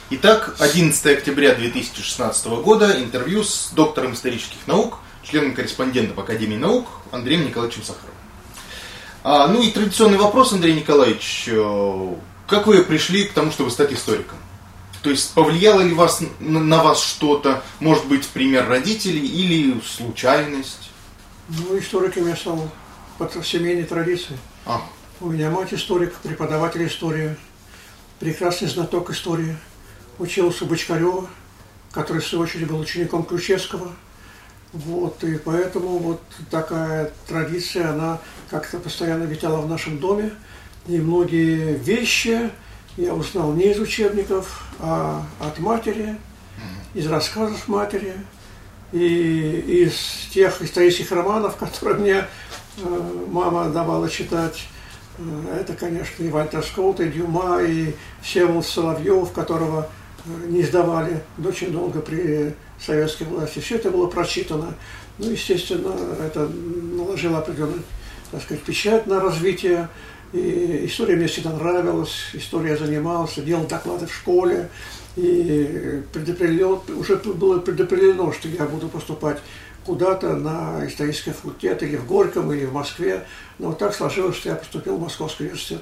Итак, 11 октября 2016 года, интервью с доктором исторических наук, членом-корреспондентом Академии наук Андреем Николаевичем Сахаровым. Ну и традиционный вопрос, Андрей Николаевич, как вы пришли к тому, чтобы стать историком? То есть повлияло ли на вас что-то, может быть, пример родителей или случайность? Ну, историком я стал по семейной традиции. У меня мать историк, преподаватель истории, прекрасный знаток истории. Учился у Бочкарева, который, в свою очередь, был учеником Ключевского. Вот, и поэтому вот такая традиция, она как-то постоянно витала в нашем доме. И многие вещи я узнал не из учебников, а от матери, из рассказов матери, и из тех исторических романов, которые мне мама давала читать. Это, конечно, и Вальтер Скотт, и Дюма, и Всеволод Соловьев, которого не издавали очень долго при советской власти. Все это было прочитано. Ну, естественно, это наложило определенную, так сказать, печать на развитие. И история мне всегда нравилась, история я занимался, делал доклады в школе. И уже было предопределено, что я буду поступать куда-то на исторический факультет, или в Горьком, или в Москве. Но вот так сложилось, что я поступил в Московский университет.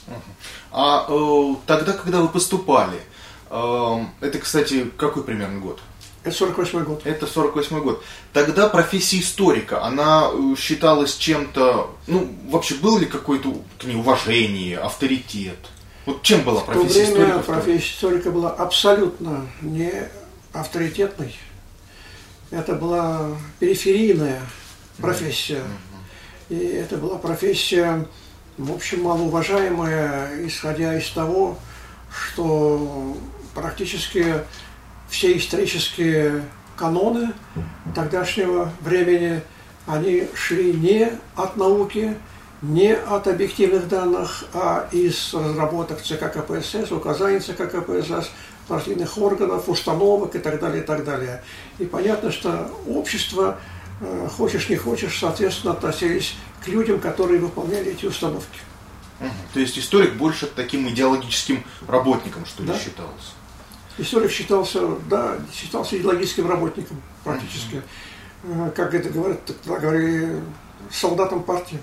Тогда, когда вы поступали, это, кстати, какой примерно год? Это 48-й год. Это 48-й год. Тогда профессия историка, она считалась чем-то... Ну, вообще, было ли какое-то к ней уважение, авторитет? Вот чем была профессия историка? В то время профессия историка была абсолютно не авторитетной. Это была периферийная профессия. И это была профессия, в общем, малоуважаемая, исходя из того, что практически все исторические каноны тогдашнего времени, они шли не от науки, не от объективных данных, а из разработок ЦК КПСС, указаний ЦК КПСС, партийных органов, установок и так далее, и так далее. И понятно, что общество, хочешь не хочешь, соответственно, относились к людям, которые выполняли эти установки. То есть историк больше таким идеологическим работником, что ли, считался? Историк считался идеологическим работником практически. Как это говорят, тогда говорили, солдатом партии.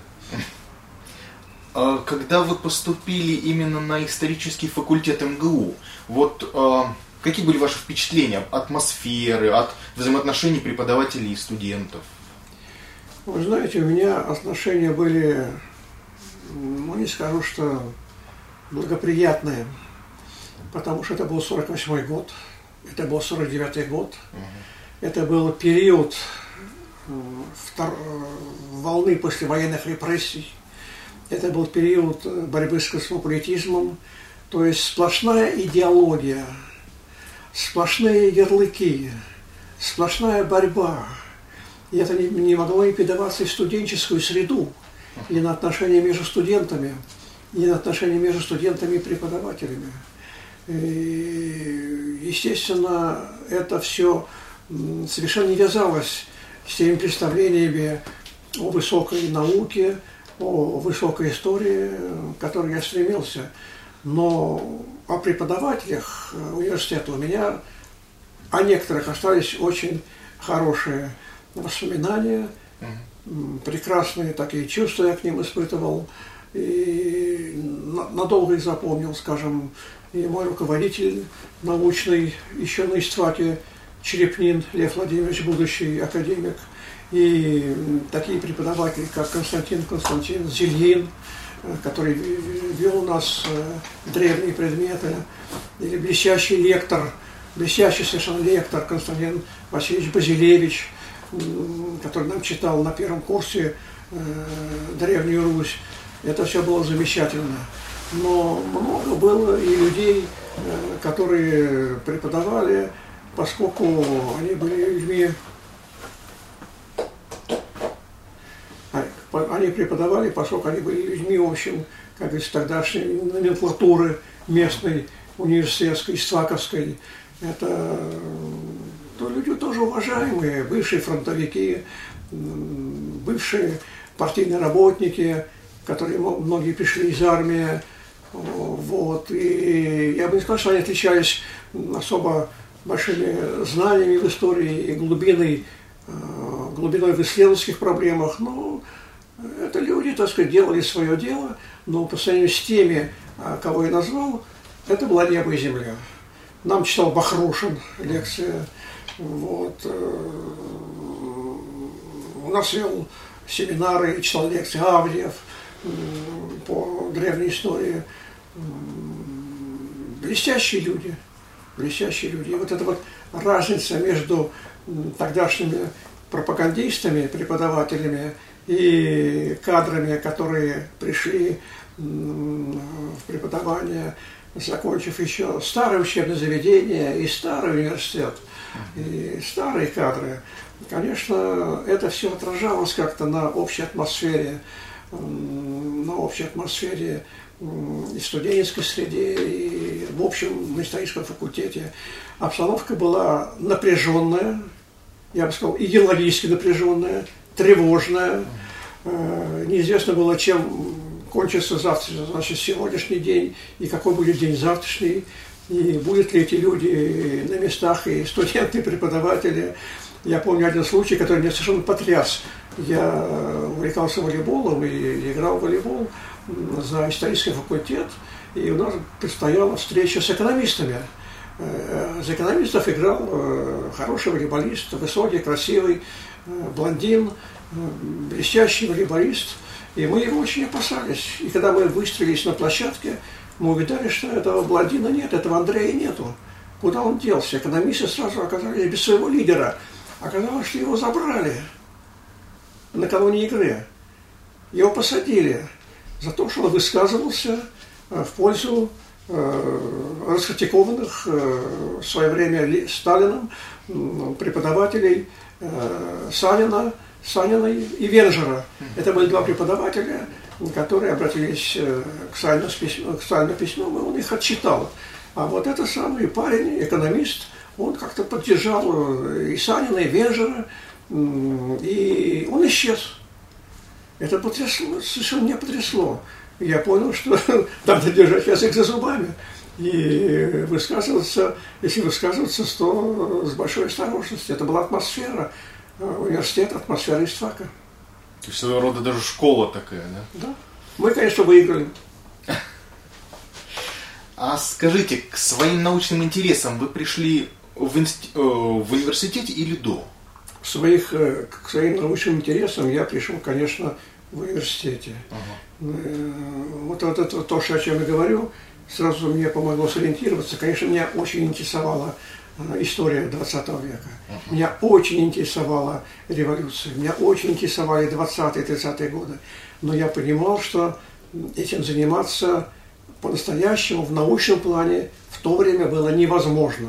Когда вы поступили именно на исторический факультет МГУ, вот какие были ваши впечатления от атмосферы, от взаимоотношений преподавателей и студентов? Вы знаете, у меня отношения были, ну не скажу, что благоприятные, потому что это был 48-й год, это был 49-й год, это был период волны послевоенных репрессий. Это был период борьбы с космополитизмом, то есть сплошная идеология, сплошные ярлыки, сплошная борьба. И это не могло не передаваться и в студенческую среду, и на отношения между студентами, и на отношения между студентами и преподавателями. И, естественно, это все совершенно не вязалось с теми представлениями о высокой науке, о высокой истории, к которой я стремился. Но о преподавателях университета у меня, о некоторых остались очень хорошие воспоминания, прекрасные такие чувства я к ним испытывал. И надолго их запомнил, скажем, и мой руководитель научный еще на ИСТФАКе Черепнин Лев Владимирович, будущий академик, и такие преподаватели, как Константин Зельин, который вел у нас древние предметы, или блестящий лектор, блестящий совершенно лектор Константин Васильевич Базилевич, который нам читал на первом курсе Древнюю Русь. Это все было замечательно. Но много было и людей, которые преподавали, поскольку они были людьми, они преподавали, поскольку они были людьми, в общем, как говорится, тогдашней номенклатуры местной, университетской, ИСТФАКовской. Это люди тоже уважаемые, бывшие фронтовики, бывшие партийные работники, которые многие пришли из армии. Вот. И я бы не сказал, что они отличались особо большими знаниями в истории и глубиной в исследовательских проблемах. Но это люди, так сказать, делали свое дело, но по сравнению с теми, кого я назвал, это была небо и земля. Нам читал Бахрушин лекция. Вот. У нас вел семинары, читал лекции Авдеев по древней истории. Блестящие люди. И вот эта вот разница между тогдашними пропагандистами, преподавателями и кадрами, которые пришли в преподавание, закончив еще старое учебное заведение и старый университет, и старые кадры, конечно, это все отражалось как-то на общей атмосфере, и студенческой среде, и в общем на историческом факультете. Обстановка была напряженная, я бы сказал, идеологически напряженная, тревожная. Неизвестно было, чем кончится завтра, значит, сегодняшний день, и какой будет день завтрашний, и будут ли эти люди на местах, и студенты, и преподаватели. Я помню один случай, который меня совершенно потряс. Я увлекался волейболом и играл в волейбол за исторический факультет, и у нас предстояла встреча с экономистами. За экономистов играл хороший волейболист, высокий, красивый, блондин, блестящий волейболист, и мы его очень опасались. И когда мы выстрелились на площадке, мы увидали, что этого блондина нет, этого Андрея нету. Куда он делся? Экономисты сразу оказались без своего лидера. Оказалось, что его забрали накануне игры. Его посадили за то, что он высказывался в пользу раскритикованных в свое время Сталином преподавателей Санина и Венжера. Это были два преподавателя, которые обратились к Сталину письмом, и он их отчитал. А вот этот самый парень, экономист, он как-то поддержал и Санина, и Венжера, и он исчез. Это потрясло, совершенно меня потрясло. Я понял, что надо держать язык за зубами и высказываться, если высказываться, то с большой осторожностью. Это была атмосфера университета, атмосфера истфака. То есть своего рода даже школа такая, да? Да. Мы, конечно, выиграли. А скажите, к своим научным интересам вы пришли в университете или до? К своим научным интересам я пришел, конечно, в университете. Вот это то, о чем я говорю, сразу мне помогло сориентироваться. Конечно, меня очень интересовала история 20 века. Меня очень интересовала революция. Меня очень интересовали 20-е, 30-е годы. Но я понимал, что этим заниматься по-настоящему в научном плане в то время было невозможно.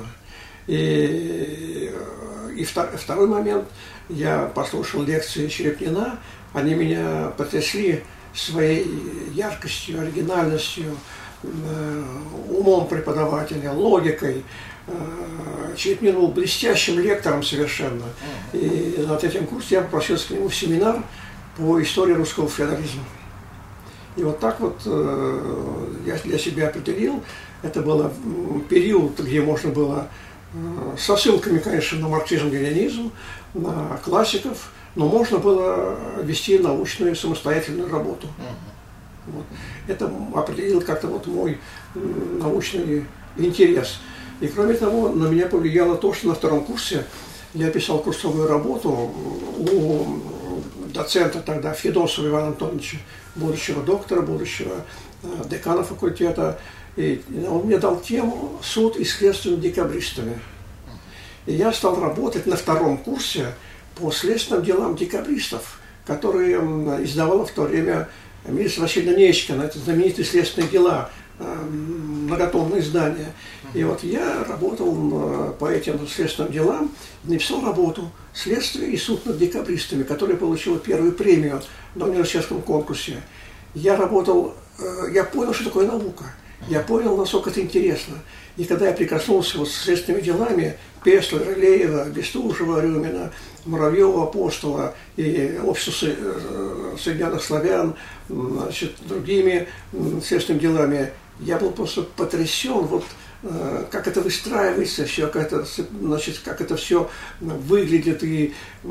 И второй момент, я послушал лекции Черепнина, они меня потрясли своей яркостью, оригинальностью, умом преподавателя, логикой. Черепнин был блестящим лектором совершенно. И на третьем курсе я попросился к нему в семинар по истории русского феодализма. И вот так вот я для себя определил, это был период, где можно было со ссылками, конечно, на марксизм-ленинизм, на классиков, но можно было вести научную самостоятельную работу. Вот. Это определил как-то вот мой научный интерес. И кроме того, на меня повлияло то, что на втором курсе я писал курсовую работу у доцента тогда Федосова Ивана Антоновича, будущего доктора, будущего декана факультета. И он мне дал тему «Суд и следствие над декабристами». И я стал работать на втором курсе по следственным делам декабристов, которые издавала в то время Милиса Васильевна Нечкина, это знаменитые следственные дела, многотомное издание. И вот я работал по этим следственным делам, написал работу «Следствие и суд над декабристами», которая получила первую премию на университетском конкурсе. Я понял, что такое наука. Я понял, насколько это интересно. И когда я прикоснулся вот с следственными делами Пестля, Рылеева, Бестужева, Рюмина, Муравьева, Апостола и общество Соединенных Славян, значит, другими следственными делами, я был просто потрясен, вот как это выстраивается все, как это, значит, как это все выглядит. И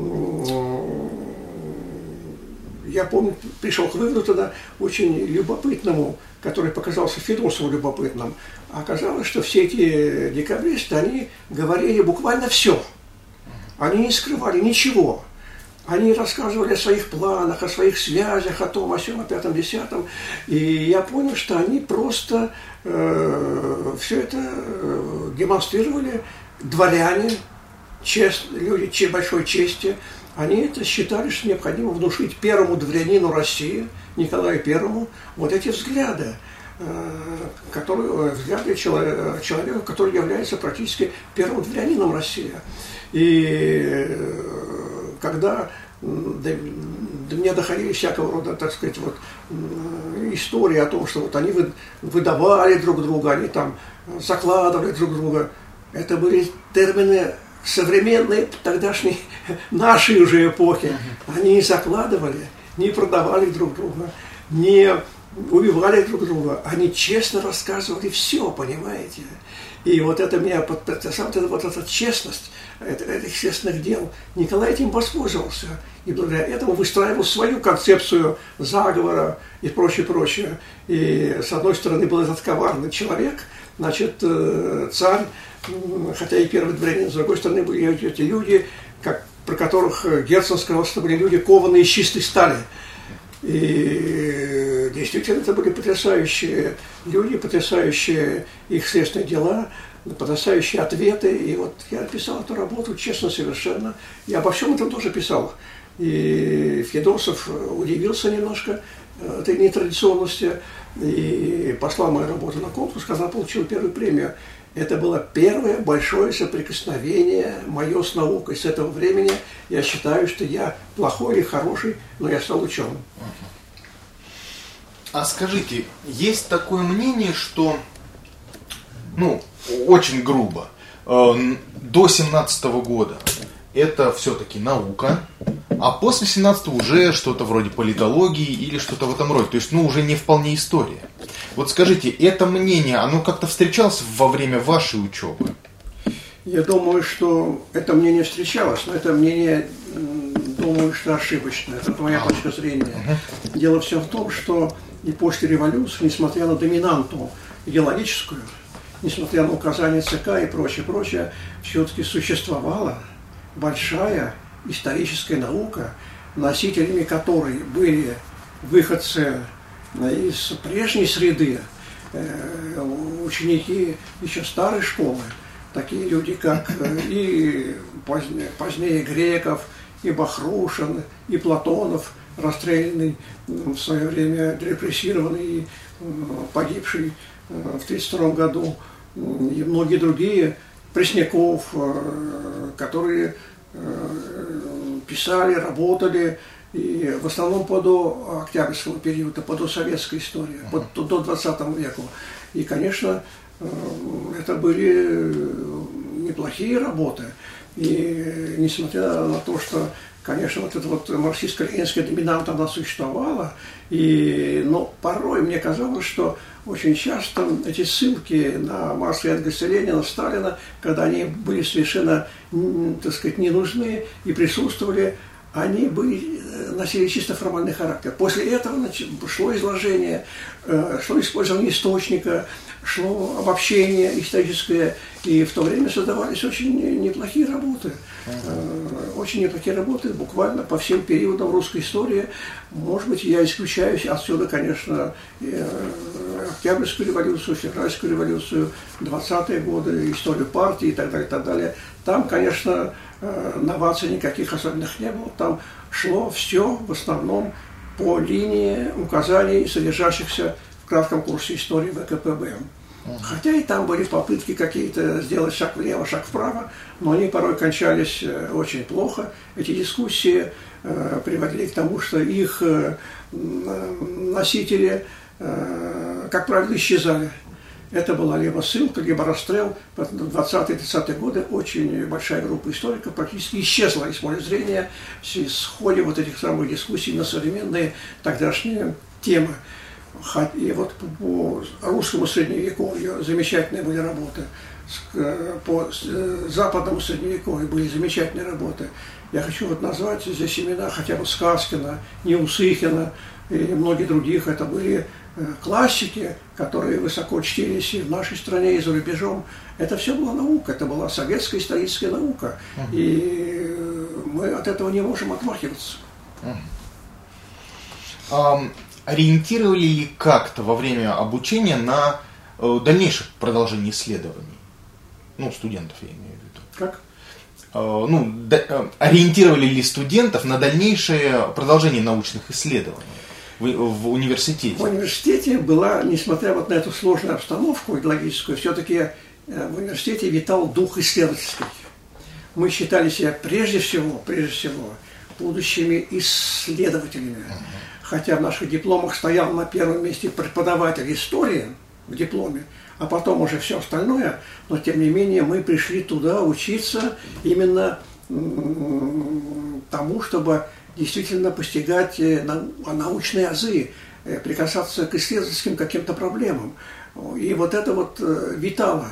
я помню, пришел к выводу тогда очень любопытному, который показался Федосову любопытным. Оказалось, что все эти декабристы, они говорили буквально все. Они не скрывали ничего. Они рассказывали о своих планах, о своих связях, о том, о сём, о пятом, десятом. И я понял, что они просто все это демонстрировали. Дворяне, люди большой чести, они это считали, что необходимо внушить первому дворянину России, Николаю Первому, вот эти взгляды. Взгляды человека, который является практически первым дворянином России. И когда до меня доходили всякого рода, так сказать, вот, истории о том, что вот они выдавали друг друга, они там закладывали друг друга, это были термины современной, тогдашней, нашей уже эпохи. Они не закладывали, не продавали друг друга, не убивали друг друга, они честно рассказывали все, понимаете. И вот это меня потрясало, вот эта честность этих честных дел. Николай этим воспользовался. И благодаря этому выстраивал свою концепцию заговора и прочее. И с одной стороны был этот коварный человек, значит, царь, хотя и первый дворянин, с другой стороны были эти люди, про которых Герцен сказал, что были люди, кованные из чистой стали. И действительно, это были потрясающие люди, потрясающие их следственные дела, потрясающие ответы. И вот я писал эту работу честно совершенно. Я обо всем этом тоже писал. И Федосов удивился немножко этой нетрадиционности и послал мою работу на конкурс, когда получил первую премию. Это было первое большое соприкосновение мое с наукой. С этого времени я считаю, что я плохой или хороший, но я стал ученым. А скажите, есть такое мнение, что, очень грубо, до 17-го года это все-таки наука, а после 17-го уже что-то вроде политологии или что-то в этом роде. То есть, уже не вполне история. Вот скажите, это мнение, оно как-то встречалось во время вашей учебы? Я думаю, что это мнение встречалось, но это мнение, думаю, что ошибочное. Это моя точка зрения. Дело все в том, что и после революции, несмотря на доминанту идеологическую, несмотря на указания ЦК и прочее, все-таки существовала большая историческая наука, носителями которой были выходцы из прежней среды, ученики еще старой школы, такие люди, как и позднее Греков, и Бахрушин, и Платонов, расстрелянный в свое время, репрессированный и погибший в 1932 году, и многие другие, Пресняков, которые писали, работали, и в основном по до октябрьского периода, по до советской истории, до 20 века. И, конечно, это были неплохие работы. И несмотря на то, что, конечно, вот эта вот марксистско-ленинская доминанта, она существовала, но порой мне казалось, что очень часто эти ссылки на Маркса, Энгельса, Ленина, Сталина, когда они были совершенно, так сказать, не нужны и присутствовали, они носили чисто формальный характер. После этого шло изложение, шло использование источника, шло обобщение историческое, и в то время создавались очень неплохие работы. Очень неплохие работы буквально по всем периодам русской истории. Может быть, я исключаю отсюда, конечно, Октябрьскую революцию, Февральскую революцию, 20-е годы, историю партии и так далее, и так далее. Там, конечно, новаций никаких особенных не было. Там шло все в основном по линии указаний, содержащихся в кратком курсе истории ВКПБ. Хотя и там были попытки какие-то сделать шаг влево, шаг вправо, но они порой кончались очень плохо. Эти дискуссии приводили к тому, что их носители, как правило, исчезали. Это была либо ссылка, либо расстрел. В 20-30-е годы очень большая группа историков практически исчезла из поля зрения в ходе вот этих самых дискуссий на современные тогдашние темы. И вот по русскому средневековью замечательные были работы, по западному средневековью были замечательные работы. Я хочу вот назвать здесь имена хотя бы Сказкина, Неусыхина и многих других. Это были классики, которые высоко чтились и в нашей стране, и за рубежом. Это все была наука, это была советская историческая наука. И мы от этого не можем отмахиваться. Ориентировали ли как-то во время обучения на дальнейшее продолжение исследований? Ну, студентов я имею в виду. Как? Ориентировали ли студентов на дальнейшее продолжение научных исследований в университете? В университете была, несмотря вот на эту сложную обстановку идеологическую, все-таки в университете витал дух исследовательский. Мы считали себя прежде всего, будущими исследователями. Хотя в наших дипломах стоял на первом месте преподаватель истории в дипломе, а потом уже все остальное, но тем не менее мы пришли туда учиться именно тому, чтобы действительно постигать научные азы, прикасаться к исследовательским каким-то проблемам. И вот это вот витало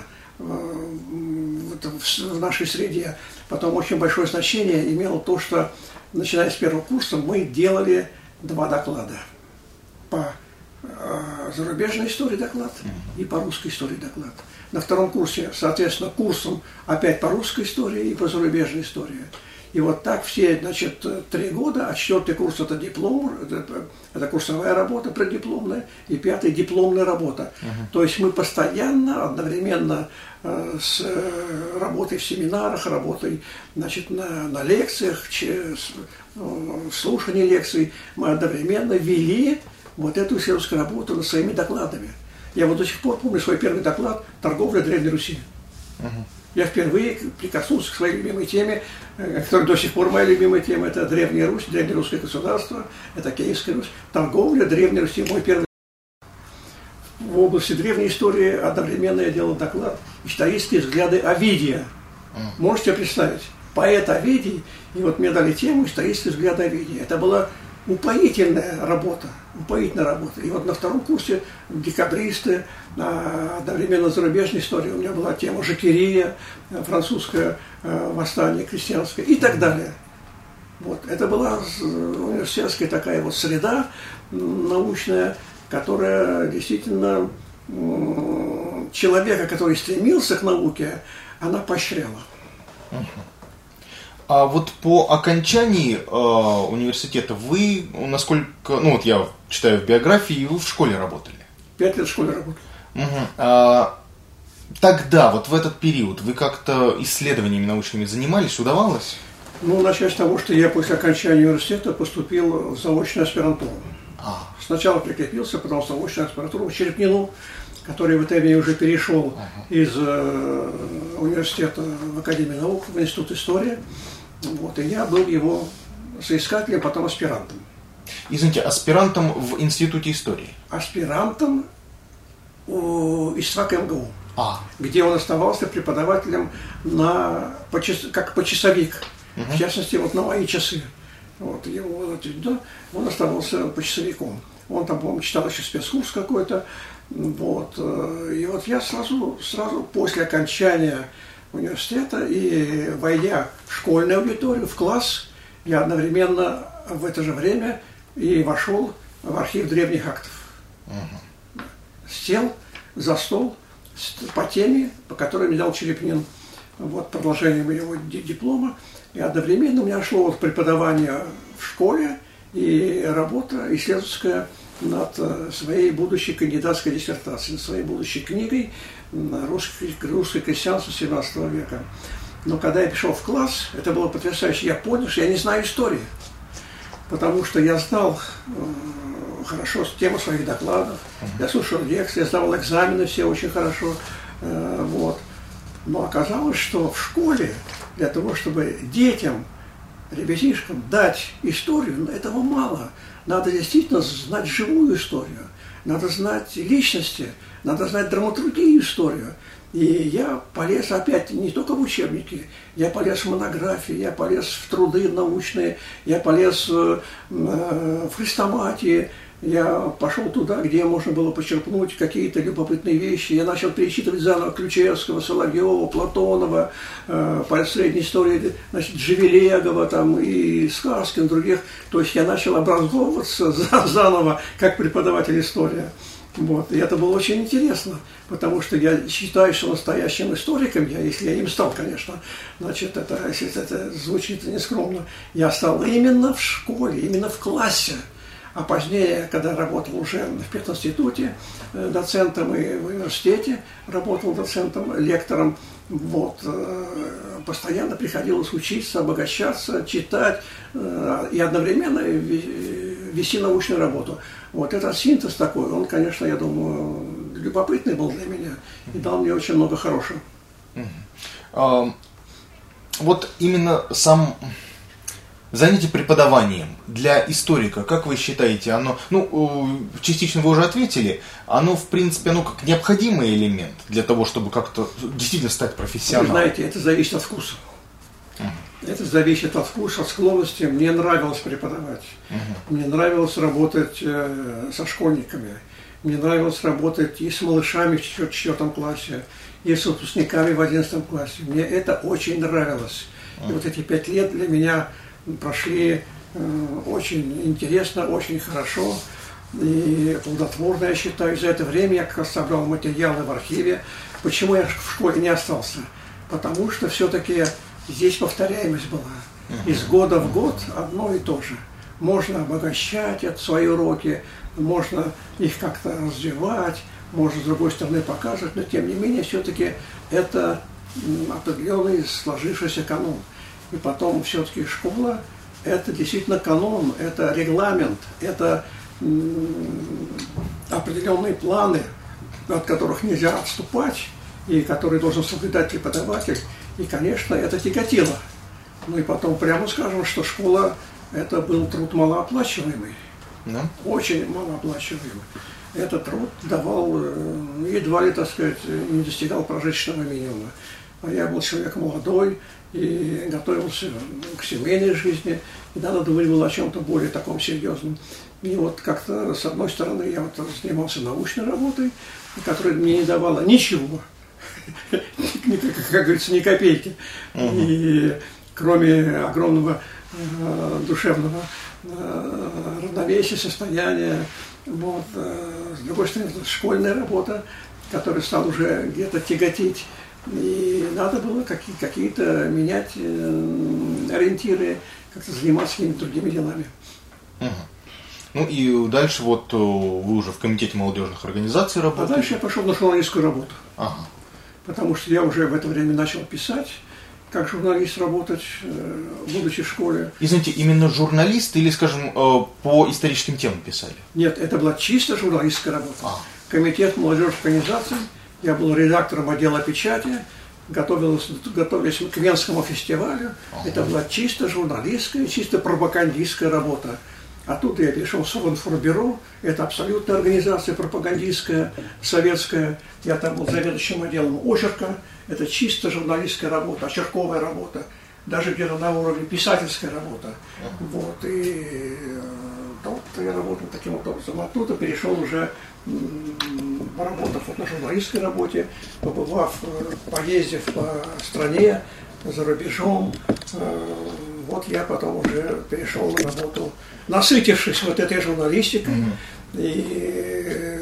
в нашей среде. Потом очень большое значение имело то, что, начиная с первого курса, мы делали 2 доклада. По зарубежной истории доклад и по русской истории доклад. На втором курсе, соответственно, курсом опять по русской истории и по зарубежной истории. И вот так все, значит, 3 года, а 4-й курс это диплом, это курсовая работа преддипломная, и 5-й дипломная работа. То есть мы постоянно, одновременно с работой в семинарах, работой, значит, на лекциях, слушании лекций, мы одновременно вели вот эту исследовательскую работу над своими докладами. Я вот до сих пор помню свой первый доклад «Торговля Древней Руси». Я впервые прикоснулся к своей любимой теме, которая до сих пор моя любимая тема, это Древняя Русь, древнерусское государство, это Киевская Русь, торговля Древней Руси, мой первый. В области древней истории одновременно я делал доклад «Исторические взгляды Овидия». Можете представить? Поэт Овидий, и вот мне дали тему «Исторические взгляды Овидия». Это была упоительная работа. И вот на втором курсе декабристы, одновременно зарубежной истории у меня была тема Жакерия, французское восстание крестьянское и так далее. Вот. Это была университетская такая вот среда научная, которая действительно человека, который стремился к науке, она поощряла. А вот по окончании университета вы, насколько, ну вот я читаю в биографии, вы в школе работали? 5 лет в школе работал. Тогда, вот в этот период, вы как-то исследованиями научными занимались, удавалось? Ну, начать с того, что я после окончания университета поступил в заочную аспирантуру. Сначала прикрепился, потом в заочную аспирантуру в Черепнину, который в это время уже перешел из университета в Академию наук в Институт истории. Вот, и я был его соискателем, потом аспирантом. Извините, аспирантом в Институте истории? Аспирантом ИСТФАК МГУ, где он оставался преподавателем как почасовик, в частности, вот на мои часы. Вот, он оставался почасовиком. Он там, по-моему, читал еще спецкурс какой-то. Вот. И вот я сразу после окончания университета и войдя в школьную аудиторию, в класс, я одновременно в это же время и вошел в архив древних актов. Сел за стол по теме, по которой мне дал Черепнин, вот продолжение моего диплома, и одновременно у меня шло вот преподавание в школе и работа исследовательская над своей будущей кандидатской диссертацией, над своей будущей книгой «Русское крестьянство XVII века». Но когда я пришел в класс, это было потрясающе. Я понял, что я не знаю истории, потому что я знал хорошо тему своих докладов, я слушал лекции, я сдавал экзамены все очень хорошо. Вот. Но оказалось, что в школе для того, чтобы детям, ребятишкам дать историю, этого мало. Надо действительно знать живую историю, надо знать личности, надо знать драматургию историю. И я полез опять не только в учебники, я полез в монографии, я полез в труды научные, я полез в хрестоматии, я пошел туда, где можно было почерпнуть какие-то любопытные вещи. Я начал перечитывать заново Ключевского, Соловьева, Платонова, по средней истории, значит, Живелегова там, и Сказкина, других. То есть я начал образовываться заново как преподаватель истории. Вот. И это было очень интересно, потому что я считаю, что настоящим историком я, если я им стал, конечно, значит, это звучит нескромно, я стал именно в школе, именно в классе. А позднее, когда работал уже в пединституте доцентом и в университете, работал доцентом, лектором, вот, постоянно приходилось учиться, обогащаться, читать и одновременно вести научную работу. Вот этот синтез такой, он, конечно, я думаю, любопытный был для меня и дал мне очень много хорошего. Вот именно сам занятие преподаванием для историка, как вы считаете, оно, частично вы уже ответили, оно, в принципе, оно как необходимый элемент для того, чтобы как-то действительно стать профессионалом? Вы знаете, это зависит от вкуса. Это зависит от вкуса, от склонности. Мне нравилось преподавать. Мне нравилось работать со школьниками. Мне нравилось работать и с малышами в 4 классе, и с выпускниками в 11 классе. Мне это очень нравилось. И вот эти 5 лет для меня прошли очень интересно, очень хорошо и плодотворно, я считаю. За это время я как раз собрал материалы в архиве. Почему я в школе не остался? Потому что все-таки здесь повторяемость была. Из года в год одно и то же. Можно обогащать свои уроки, можно их как-то развивать, можно с другой стороны показывать, но тем не менее все-таки это определенный сложившийся канон. И потом все-таки школа – это действительно канон, это регламент, это определенные планы, от которых нельзя отступать, и которые должен соблюдать преподаватель. И, конечно, это тяготило. Ну и потом прямо скажем, что школа – это был труд малооплачиваемый, очень малооплачиваемый. Этот труд давал, едва ли, так сказать, не достигал прожиточного минимума. А я был человек молодой и готовился к семейной жизни, и надо думать было о чем-то более таком серьезном. И вот как-то, с одной стороны, я вот занимался научной работой, которая мне не давала ничего, как говорится, ни копейки. И кроме огромного душевного равновесия, состояния, вот, с другой стороны, школьная работа, которая стала уже где-то тяготить. И надо было какие-то менять ориентиры, как-то заниматься какими-то другими делами. Ну и дальше вот вы уже в комитете молодежных организаций работаете. А дальше я пошел на журналистскую работу. Потому что я уже в это время начал писать, как журналист работать, будучи в школе. Извините, именно журналист или, скажем, по историческим темам писали? Нет, это была чисто журналистская работа. Комитет молодежных организаций. Я был редактором отдела печати, готовились к Венскому фестивалю. Это была чисто журналистская, чисто пропагандистская работа. Оттуда я перешел в Совинформбюро. Это абсолютная организация пропагандистская, советская. Я там был заведующим отделом очерка. Это чисто журналистская работа, очерковая работа. Даже где-то на уровне писательская работа. Вот. И вот я работал таким вот образом. Оттуда перешел уже, поработав вот на журналистской работе, побывав, поездив по стране, за рубежом. Вот я потом уже перешел на работу, насытившись вот этой журналистикой. И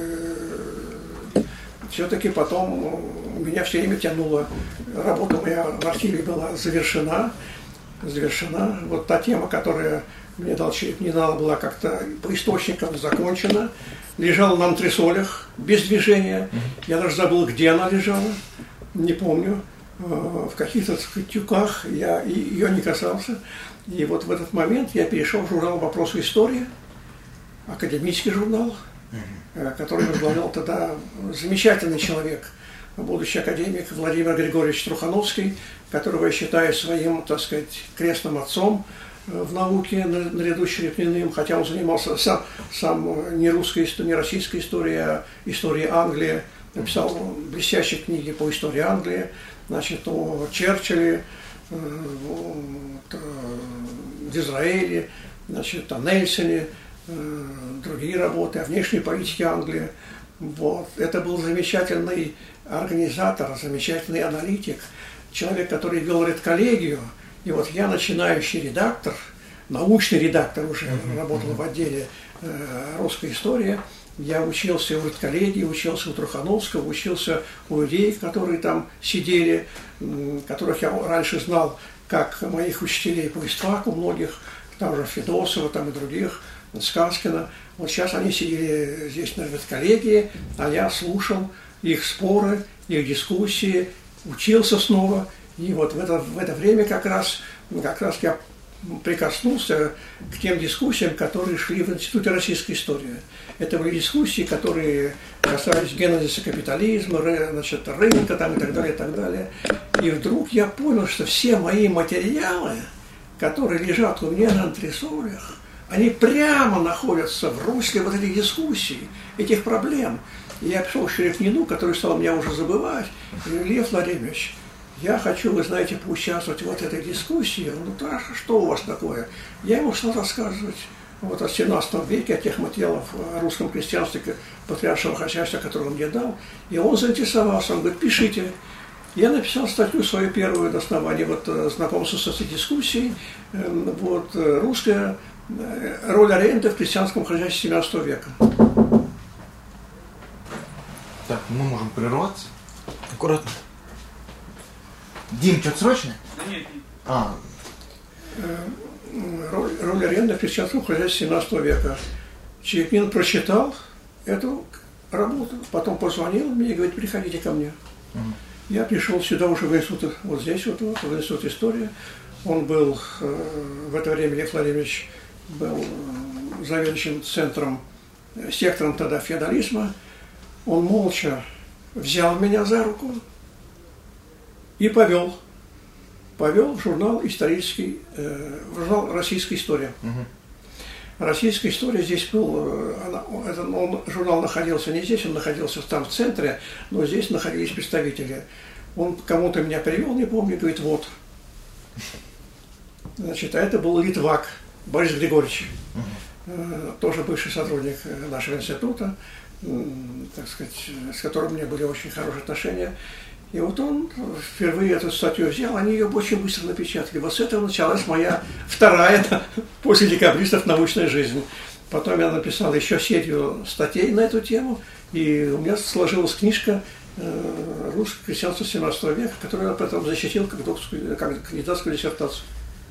все-таки потом меня все время тянуло. Работа моя в архиве была завершена. Вот та тема, которая мне дал Черепнина, была как-то по источникам закончена. Лежала на антресолях, без движения. Я даже забыл, где она лежала, не помню. В каких-то тюках, я ее не касался. И вот в этот момент я перешел в журнал «Вопросы истории», академический журнал, который возглавлял тогда замечательный человек, будущий академик Владимир Григорьевич Трухановский, которого я считаю своим, так сказать, крестным отцом в науке наряду с Черепниным, хотя он занимался сам не русской, не российской историей, а историей Англии, написал блестящие книги по истории Англии, значит, о Черчилле, в Израиле, значит, о Нельсоне, другие работы о внешней политике Англии. Вот. Это был замечательный организатор, замечательный аналитик, человек, который вел редколлегию. И вот я, начинающий редактор, научный редактор уже, работал в отделе русской истории. Я учился у редколлегии, учился у Трухановского, учился у людей, которые там сидели, которых я раньше знал, как моих учителей по истфаку, многих, там же Федосова, там и других, Сказкина. Вот сейчас они сидели здесь на редколлегии, а я слушал их споры, их дискуссии, учился снова. И вот в это время как раз я прикоснулся к тем дискуссиям, которые шли в Институте российской истории. Это были дискуссии, которые касались генезиса капитализма, значит, рынка там, и так далее, и так далее. И вдруг я понял, что все мои материалы, которые лежат у меня на антресолях, они прямо находятся в русле вот этих дискуссий, этих проблем. И я пришел к Шерефнину, который стал меня уже забывать, и говорю: Лев Владимирович, я хочу, вы знаете, поучаствовать в вот этой дискуссии. Он говорит: да, что у вас такое? Я ему стал рассказывать вот о 17 веке, о тех материалах о русском крестьянстве, патриаршего хозяйства, которое он мне дал. И он заинтересовался, он говорит: пишите. Я написал статью свою первую на основании вот знакомства с этой дискуссией, вот русская роль аренды в крестьянском хозяйстве 17 века. Так, мы можем прерваться. Аккуратно. Дим, что-то срочное? Нет. Роль аренды в крестьянском хозяйстве 17 века. Черепнин прочитал эту работу, потом позвонил мне и говорит: приходите ко мне. Я пришел сюда уже в институт, вот здесь вот, в институт истории. Он был, в это время Лев Владимирович был заведующим сектором тогда феодализма. Он молча взял меня за руку и повел в журнал исторический, в журнал «Российская история». «Российская история» здесь был, журнал находился не здесь, он находился там в центре, но здесь находились представители. Он кому-то меня привел, не помню, говорит: вот. Значит, а это был Литвак Борис Григорьевич, тоже бывший сотрудник нашего института, так сказать, с которым у меня были очень хорошие отношения. И вот он впервые эту статью взял, они ее очень быстро напечатали. Вот с этого началась моя вторая после декабристов научная жизнь. Потом я написал еще серию статей на эту тему, и у меня сложилась книжка «Русское крестьянство 17 века», которую я потом защитил как кандидатскую диссертацию.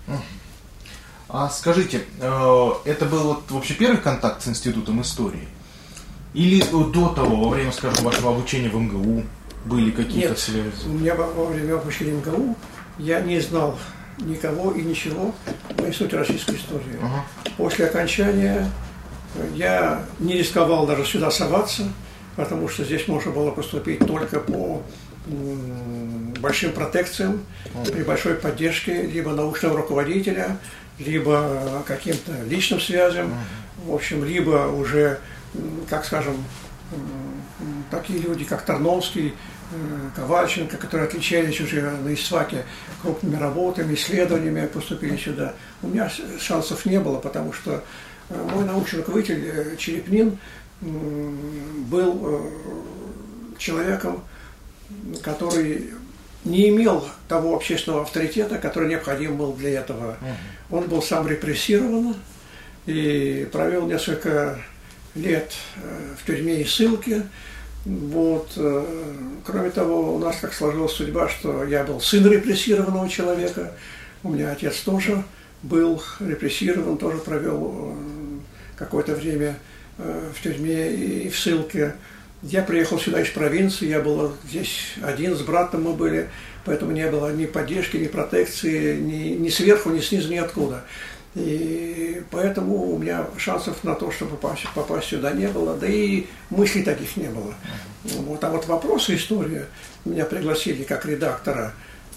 А скажите, это был вот вообще первый контакт с Институтом истории? Или до того, во время, скажем, вашего обучения в МГУ, были какие-то связи? У меня во время обучения в МГУ я не знал никого и ничего в Институте российской истории. После окончания я не рисковал даже сюда соваться, потому что здесь можно было поступить только по большим протекциям, при большой поддержке либо научного руководителя, либо каким-то личным связям, в общем, либо уже, как скажем, такие люди, как Тарновский, Ковальченко, которые отличались уже на ИСФАКе крупными работами, исследованиями, поступили сюда. У меня шансов не было, потому что мой научный руководитель Черепнин был человеком, который не имел того общественного авторитета, который необходим был для этого. Он был сам репрессирован и провел несколько лет в тюрьме и ссылке. Вот. Кроме того, у нас как сложилась судьба, что я был сын репрессированного человека. У меня отец тоже был репрессирован, тоже провел какое-то время в тюрьме и в ссылке. Я приехал сюда из провинции, я был здесь один, с братом мы были, поэтому не было ни поддержки, ни протекции, ни сверху, ни снизу, ни откуда. И поэтому у меня шансов на то, чтобы попасть сюда, не было, да и мыслей таких не было. Вот. А вот вопросы истории меня пригласили как редактора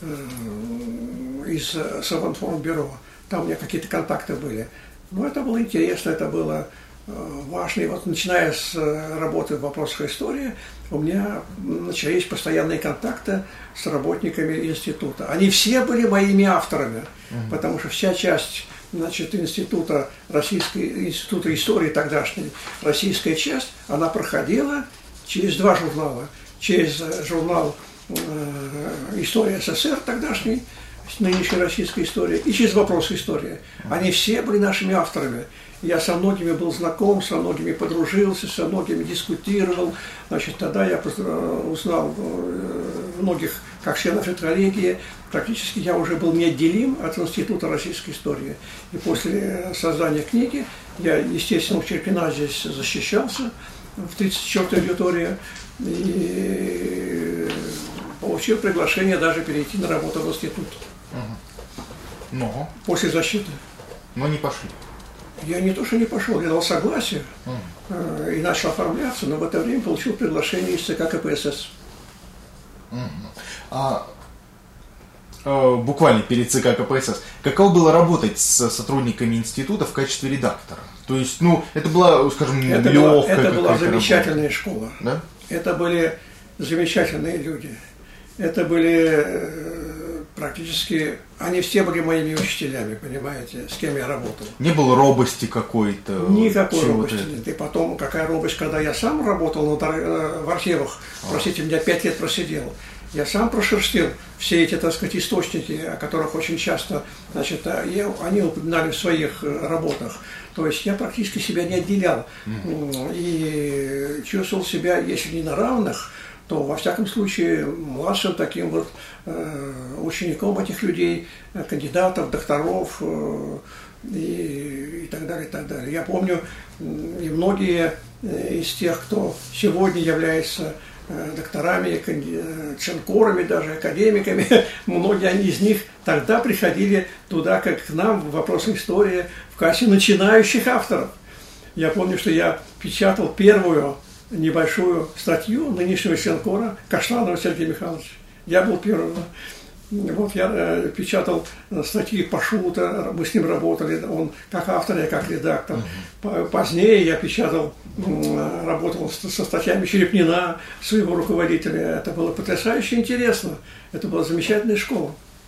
из Совинформбюро, там у меня какие-то контакты были. Но это было интересно, это было важно. И вот начиная с работы в вопросах истории, у меня начались постоянные контакты с работниками института. Они все были моими авторами, потому что вся часть значит, института истории тогдашней, российская часть, она проходила через два журнала. Через журнал «История СССР» тогдашний, нынешняя российская история, и через «Вопросы истории». Они все были нашими авторами. Я со многими был знаком, со многими подружился, со многими дискутировал. Значит, тогда я узнал многих как членов редколлегии. Практически я уже был неотделим от Института российской истории. И после создания книги я, естественно, в Черкина здесь защищался, в 34-й аудитории, и получил приглашение даже перейти на работу в институт. Но? После защиты. Но не пошли. Я не то, что не пошел, я дал согласие и начал оформляться, но в это время получил приглашение из ЦК КПСС. Буквально перед ЦК КПСС. Каково было работать с сотрудниками института в качестве редактора? То есть, это была, скажем, легкая. Это была замечательная школа. Да? Это были замечательные люди. Это были практически, они все были моими учителями, понимаете, с кем я работал. Не было робости какой-то? Никакой робости нет. И потом, какая робость, когда я сам работал в архивах, простите меня, 5 лет просидел. Я сам прошерстил все эти, так сказать, источники, о которых очень часто, значит, они упоминали в своих работах. То есть я практически себя не отделял. И чувствовал себя, если не на равных, то, во всяком случае, младшим таким вот учеником этих людей, кандидатов, докторов и так далее, и так далее. Я помню, и многие из тех, кто сегодня является докторами, ченкорами, даже академиками, многие они из них тогда приходили туда, как к нам, в «Вопросы истории», в качестве начинающих авторов. Я помню, что я печатал первую небольшую статью нынешнего ченкора Каштанова Сергея Михайловича. Я был первым. Вот я печатал статьи Пашута, мы с ним работали, он как автор, я как редактор. Позднее я печатал, работал со статьями Черепнина, своего руководителя. Это было потрясающе интересно. Это была замечательная школа.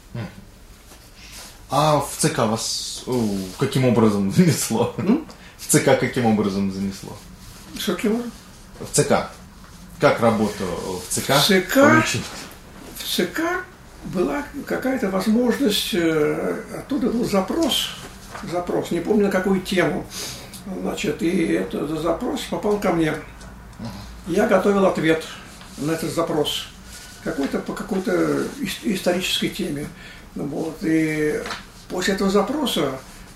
А в ЦК вас каким образом занесло? В ЦК каким образом занесло? Что каким образом? В ЦК. Как работа в ЦК? В ЦК была какая-то возможность, оттуда был запрос, не помню на какую тему, значит, и этот запрос попал ко мне. Я готовил ответ на этот запрос, по какой-то исторической теме. Вот, и после этого запроса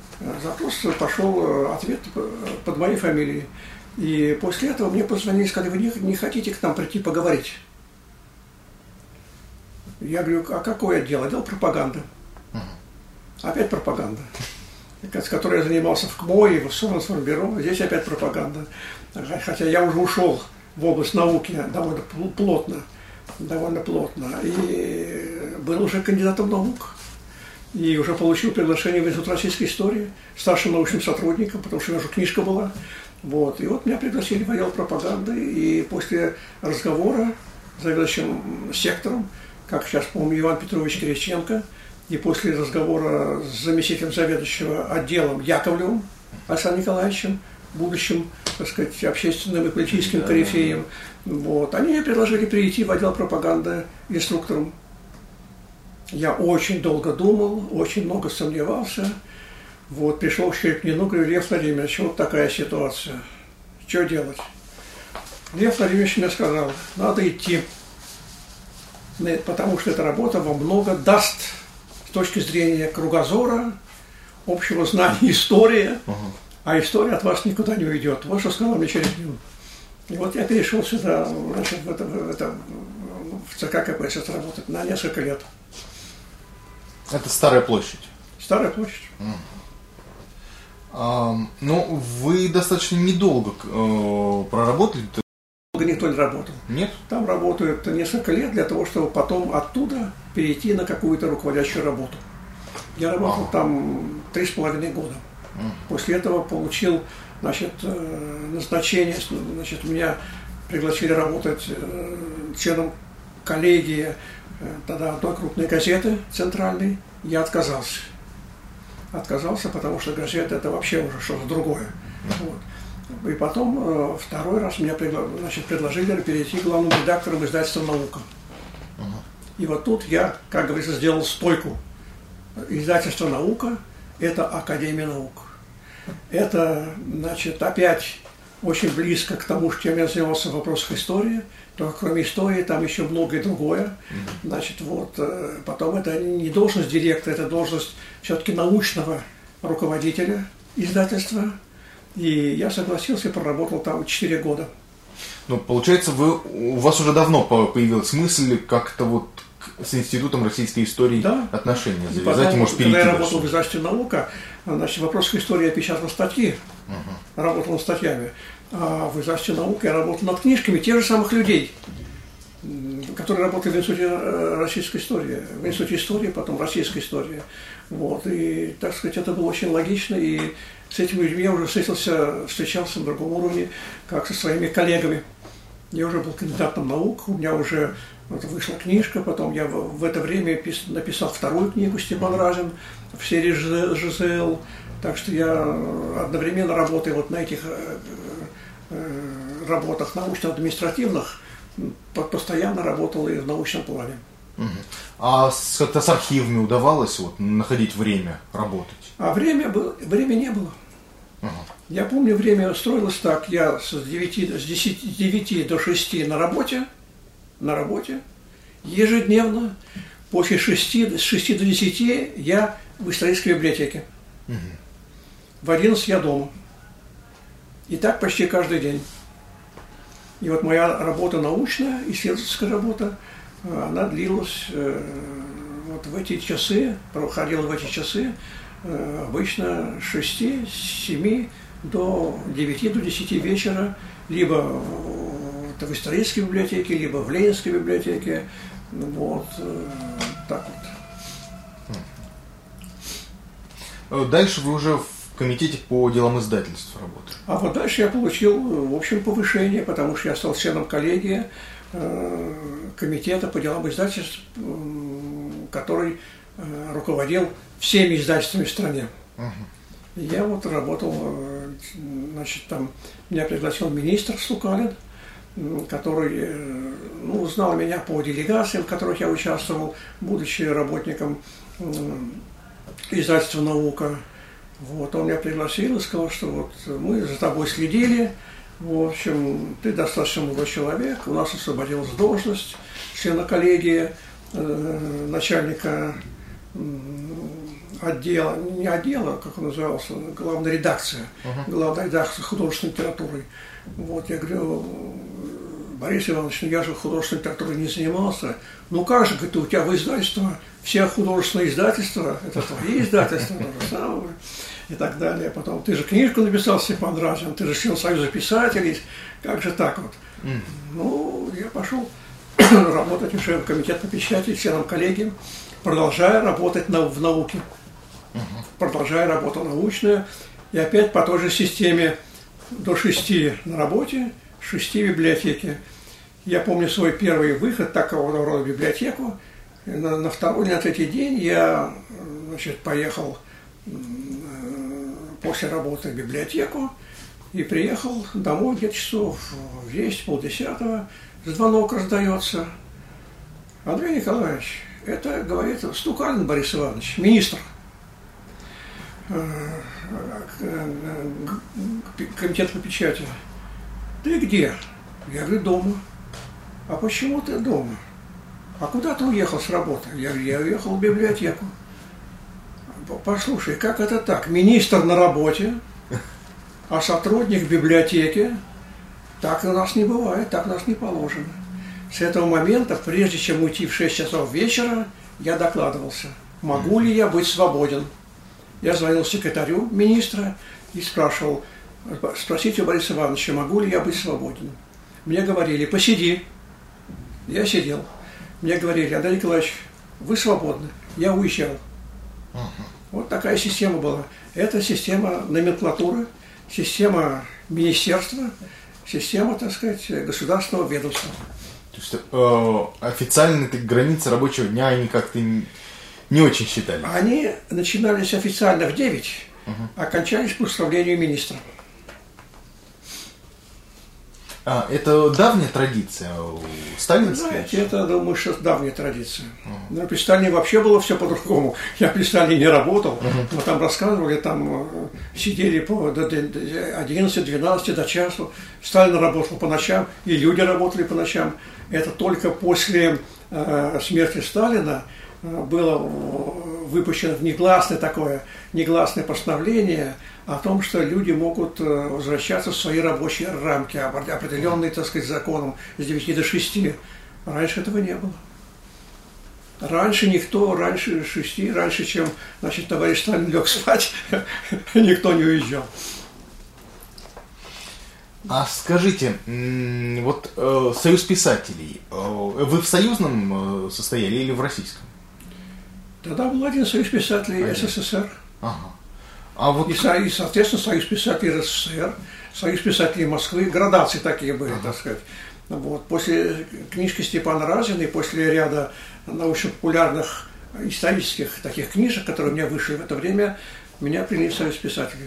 пошел ответ под моей фамилией. И после этого мне позвонили и сказали: вы не хотите к нам прийти поговорить? Я говорю: а какое отдел? Отдел пропаганды. Опять пропаганда, с которой я занимался в КМО и в Совинформбюро. Здесь опять пропаганда. Хотя я уже ушел в область науки довольно плотно. И был уже кандидатом наук. И уже получил приглашение в Институт российской истории, старшим научным сотрудником, потому что у меня уже книжка была. Вот. И вот меня пригласили в отдел пропаганды. И после разговора с заведующим сектором, как сейчас помню, Иван Петрович Кириченко, и после разговора с заместителем заведующего отделом Яковлевым Александром Николаевичем, будущим, так сказать, общественным и политическим корифеем, вот, они мне предложили прийти в отдел пропаганды инструктором. Я очень долго думал, очень много сомневался. Вот, пришел к Черепнину, говорю: Лев Владимирович, вот такая ситуация. Что делать? Лев Владимирович мне сказал: надо идти, потому что эта работа вам много даст с точки зрения кругозора, общего знания истории, а история от вас никуда не уйдет. Вот что сказал мне Черепнин. И вот я перешел сюда, значит, в ЦК КПСС работать на несколько лет. Это Старая площадь. Старая площадь. Ну, вы достаточно недолго проработали. Долго никто не работал. Нет? Там работают несколько лет для того, чтобы потом оттуда перейти на какую-то руководящую работу. Я работал там 3,5 года. После этого получил, значит, назначение, значит, меня пригласили работать членом коллегии тогда одной крупной газеты центральной. Я отказался. отказался, потому что газета это вообще уже что-то другое. Вот. И потом второй раз меня предложили перейти к главному редактору издательства «Наука». И вот тут я, как говорится, сделал стойку. Издательство «Наука» – это Академия наук. Это, значит, опять очень близко к тому, чем я занимался в вопросах истории. Только кроме истории там еще многое другое. Значит, вот, потом это не должность директора, это должность все-таки научного руководителя издательства. И я согласился и проработал там 4 года. Ну, получается, у вас уже давно появилась мысль как-то вот с Институтом российской истории отношения завязать, потом, может, перейти. Когда я работал в издательстве «Наука», значит, в вопросах истории я печатал статьи, работал над статьями. А в издательстве «Наука» я работал над книжками тех же самых людей, которые работали в Институте российской истории, в Институте истории, потом российской истории. Вот. И, так сказать, это было очень логично, и с этими людьми я уже встречался на другом уровне, как со своими коллегами. Я уже был кандидатом наук, у меня уже вышла книжка, потом я в это время написал вторую книгу «Степан Разин» в серии ЖЗЛ. Так что я одновременно работаю вот на этих работах научно-административных, постоянно работал и в научном плане. А с архивами удавалось вот находить время работать? А времени не было. Я помню, время строилось так: я с 9 до 6 на работе, ежедневно, после с 6 до 10 я в исторической библиотеке, в 11 я дома. И так почти каждый день. И вот моя работа научная, исследовательская работа, она длилась вот в эти часы, проходила в эти часы, обычно с 6, с 7 до 9, до 10 вечера, либо в исторической библиотеке, либо в Ленинской библиотеке. Вот так вот. Дальше вы уже в комитете по делам издательства работали. А вот дальше я получил, в общем, повышение, потому что я стал членом коллегии комитета по делам издательств, который руководил всеми издательствами в стране. И я вот работал, значит, там меня пригласил министр Стукалин, который знал меня по делегациям, в которых я участвовал, будучи работником издательства «Наука». Вот, он меня пригласил и сказал, что вот мы за тобой следили, в общем, ты достаточно молодой человек, у нас освободилась должность члена коллегии, начальника отдела, не отдела, как он назывался, главная редакция художественной литературы. Вот, я говорю: Борис Иванович, я же художественной литературой не занимался. Ну как же, говорит, у тебя в издательство, все художественные издательства, это твои издательства, то же самое, и так далее. Потом, ты же книжку написал, Степан Разин, ты же член Союза писателей, как же так вот? Ну, я пошел работать уже в комитет по печати, членом коллегии, продолжая работать в науке, продолжая работу научную, и опять по той же системе до 6 на работе, 6 в библиотеке. Я помню свой первый выход такого рода в библиотеку. На второй или на третий день я, значит, поехал после работы в библиотеку и приехал домой где-то часов в 10, полдесятого. Звонок раздается. Андрей Николаевич, это, говорит, Стукалин Борис Иванович, министр комитета по печати. Ты где? Я говорю: дома. А почему ты дома? А куда ты уехал с работы? Я говорю: я уехал в библиотеку. Послушай, как это так? Министр на работе, а сотрудник в библиотеке? Так у нас не бывает, так у нас не положено. С этого момента, прежде чем уйти в 6 часов вечера, я докладывался, могу ли я быть свободен. Я звонил секретарю министра и спрашивал: спросите у Бориса Ивановича, могу ли я быть свободен. Мне говорили: посиди. Я сидел. Мне говорили: Андрей Николаевич, вы свободны. Я уезжал. Вот такая система была. Это система номенклатуры, система министерства, система, так сказать, государственного ведомства. То есть официально границы рабочего дня, они как-то не очень считались? Они начинались официально в 9, а кончались по установлению министра. Это давняя традиция сталинская? Знаете, это, думаю, что давняя традиция. Но при Сталине вообще было все по-другому. Я при Сталине не работал, но там рассказывали, там сидели до 11-12 до часу. Сталин работал по ночам, и люди работали по ночам. Это только после смерти Сталина было выпущено негласное постановление о том, что люди могут возвращаться в свои рабочие рамки, определенные, так сказать, законом с 9 до 6. Раньше этого не было. Раньше 6, раньше, чем, значит, товарищ Сталин лег спать, никто не уезжал. А скажите, вот Союз писателей, вы в союзном состояли или в российском? Тогда был один Союз писателей СССР. Ага. И, соответственно, Союз писателей РСФСР, Союз писателей Москвы, градации такие были, так сказать. Вот. После книжки Степана Разина и после ряда научно-популярных исторических таких книжек, которые у меня вышли в это время, меня приняли в Союз писателей.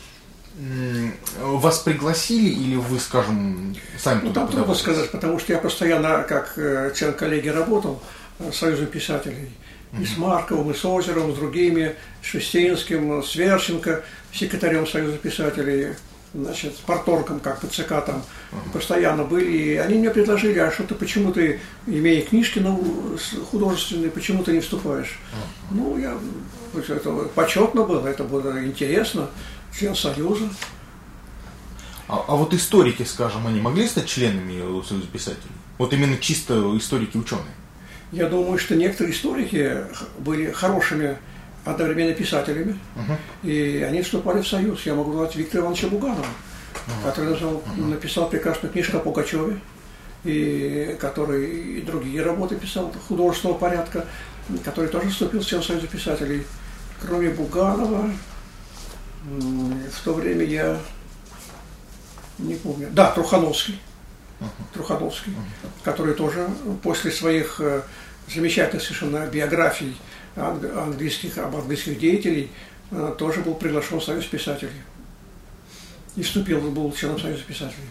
Вас пригласили или вы, скажем, сами туда там трудно сказать, потому что я постоянно как член коллегии работал с Союзом писателей. И с Марковым, и с Озеровым, с другими, с Шестинским, с Верченко, секретарем Союза писателей, значит, с парторгом, как по ЦК там, постоянно были. И они мне предложили, а что ты, почему ты, имея книжки художественные, почему ты не вступаешь? Ну, это почетно было, это было интересно, член Союза. А вот историки, скажем, они могли стать членами Союза писателей? Вот именно чисто историки-ученые? Я думаю, что некоторые историки были хорошими одновременно писателями, и они вступали в Союз. Я могу назвать Виктора Ивановича Буганова, который написал прекрасную книжку о Пугачеве, и который и другие работы писал художественного порядка, который тоже вступил в член Союза писателей. Кроме Буганова, в то время я не помню. Да, Трухановский, который тоже после своих замечательных совершенно биографий об английских деятелей тоже был приглашен в Союз писателей и был членом Союза писателей.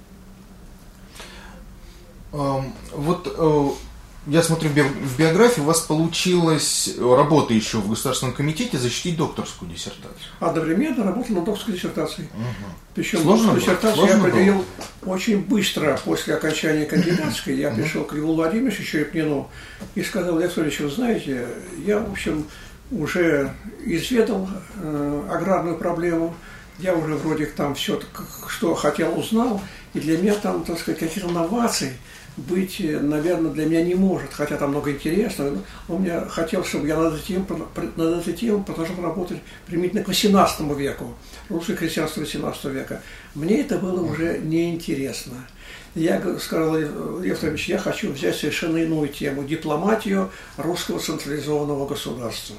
Вот я смотрю в биографии, у вас получилось работа еще в Государственном комитете защитить докторскую диссертацию. Одновременно работал над докторской диссертацией. Причем докторскую диссертацию я определил очень быстро после окончания кандидатской. Я пришел к Льву Владимировичу Черепнину и сказал: Лев Анатольевич, вы знаете, я, в общем, уже изведал аграрную проблему, я уже вроде там все, что хотел, узнал, и для меня там, так сказать, каких-то инноваций быть, наверное, для меня не может, хотя там много интересного. Он мне хотел, чтобы я над этой темой продолжал работать применительно к XVIII веку, русское крестьянство XVIII века. Мне это было уже неинтересно. Я сказал: Лев Анатольевич, я хочу взять совершенно иную тему – дипломатию русского централизованного государства,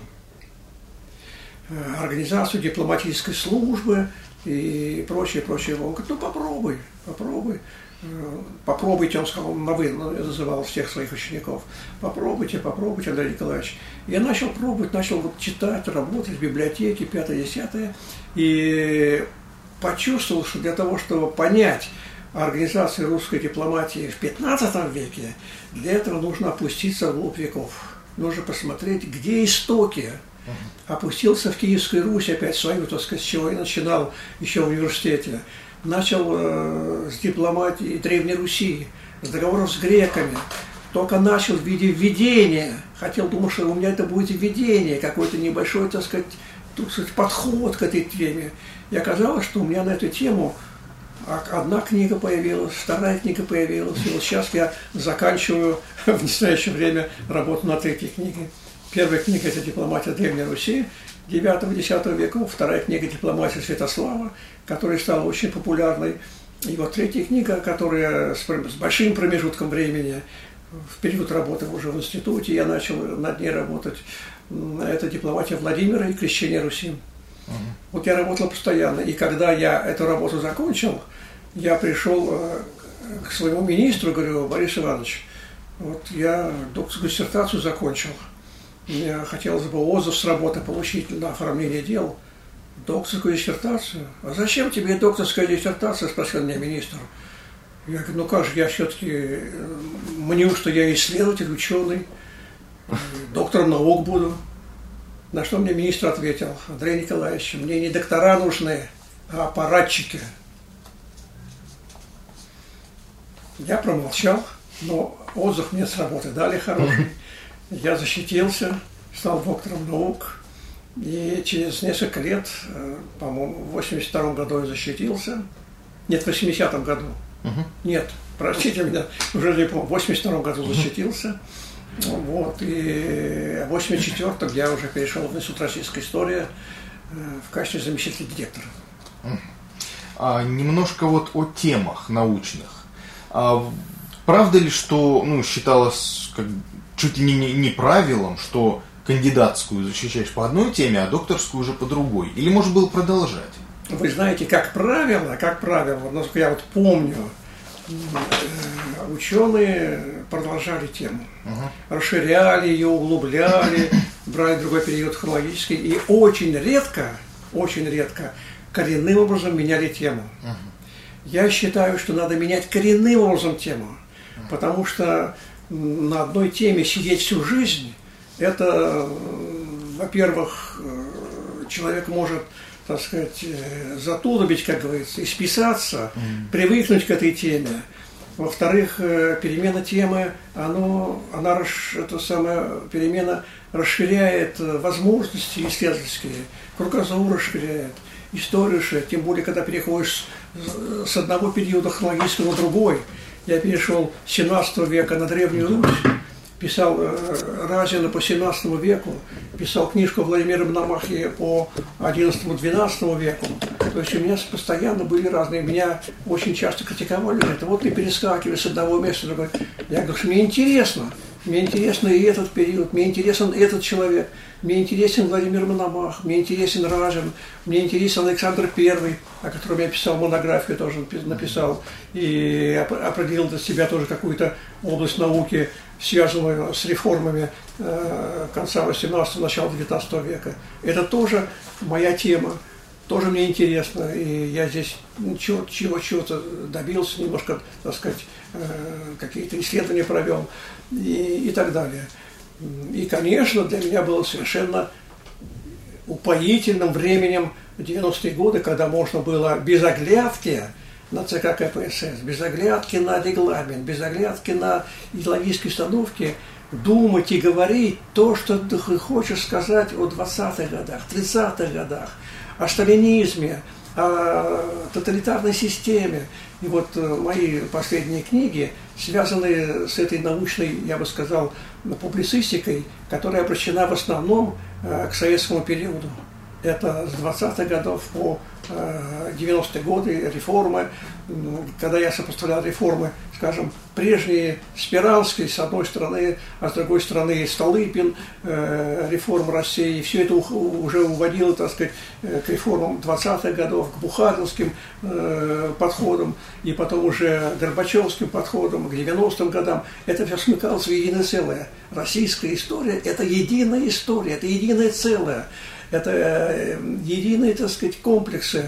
организацию дипломатической службы и прочее. Он говорит: ну попробуйте, он сказал, я называл всех своих учеников, попробуйте, Андрей Николаевич. Я начал пробовать, начал читать, работать в библиотеке, 5-10, и почувствовал, что для того, чтобы понять организацию русской дипломатии в 15 веке, для этого нужно опуститься вглубь веков. Нужно посмотреть, где истоки. Опустился в Киевскую Русь, опять свою, так сказать, с чего я начинал еще в университете. Начал с дипломатии Древней Руси, с договоров с греками. Только начал в виде введения. Думал, что у меня это будет введение, какой-то небольшой, так сказать, подход к этой теме. И оказалось, что у меня на эту тему одна книга появилась, вторая книга появилась. И вот сейчас я заканчиваю в настоящее время работу над 3-й книгой. Первая книга – это «Дипломатия Древней Руси» 9-10 веков, вторая книга «Дипломатия Святослава», которая стала очень популярной. И вот 3-я книга, которая с большим промежутком времени, в период работы уже в институте, я начал над ней работать, это «Дипломатия Владимира и крещение Руси». Вот я работал постоянно, и когда я эту работу закончил, я пришел к своему министру, говорю: Борис Иванович, вот я докторскую диссертацию закончил. мне хотелось бы отзыв с работы получить на оформление дел, докторскую диссертацию. А зачем тебе докторская диссертация, спросил меня министр. Я говорю, ну как же, я все-таки мню, что я исследователь, ученый, доктором наук буду. На что мне министр ответил: Андрей Николаевич, мне не доктора нужны, а аппаратчики. Я промолчал, но отзыв мне с работы дали хороший. Я защитился, стал доктором наук. И через несколько лет, по-моему, в 82 году я защитился. Нет, в 80-м году. Нет, простите меня, уже не помню, в 82 году защитился. Вот, и в 84-м я уже перешел в Институт российской истории в качестве заместителя директора. Немножко вот о темах научных. Правда ли, что считалось чуть ли не правилом, что кандидатскую защищаешь по одной теме, а докторскую уже по другой? Или можно было продолжать? Вы знаете, как правило, насколько я вот помню, ученые продолжали тему, расширяли ее, углубляли, брали другой период хронологический и очень редко коренным образом меняли тему. Я считаю, что надо менять коренным образом тему, потому что на одной теме сидеть всю жизнь, это, во-первых, человек может, так сказать, затулобить, как говорится, исписаться, привыкнуть к этой теме. Во-вторых, перемена темы, перемена расширяет возможности исследовательские, кругозор расширяет, историю расширяет, тем более, когда переходишь с одного периода хронологического на другой. Я перешел с 17 века на Древнюю Русь, писал Разина по 17 веку, писал книжку Владимира Мономахи по 11-12 веку. То есть у меня постоянно были разные, меня очень часто критиковали, это вот ты перескакиваешь с одного места на другое. Я говорю, что мне интересно и этот период, мне интересен этот человек, мне интересен Владимир Мономах, мне интересен Разин, мне интересен Александр I, о котором я писал монографию, тоже написал, и определил для себя тоже какую-то область науки, связанную с реформами конца 18-го, начала 19 века. Это тоже моя тема, тоже мне интересно, и я здесь чего-то добился, немножко, так сказать, какие-то исследования провел и так далее. И, конечно, для меня было совершенно упоительным временем 90-е годы, когда можно было без оглядки на ЦК КПСС, без оглядки на регламент, без оглядки на идеологические установки думать и говорить то, что ты хочешь сказать о 20-х годах, 30-х годах, о сталинизме, о тоталитарной системе. И вот мои последние книги, связанные с этой научной, я бы сказал, публицистикой, которая обращена в основном к советскому периоду. Это с 20-х годов по 90-е годы, реформы. Когда я сопоставлял реформы, скажем, прежние Спиранский, с одной стороны, а с другой стороны Столыпин, реформы России, и все это уже уводило, так сказать, к реформам 20-х годов, к бухаринским подходам, и потом уже горбачевским подходам, к 90-м годам. Это все смыкалось в единое целое. Российская история – это единая история, это единое целое. Это единые, так сказать, комплексы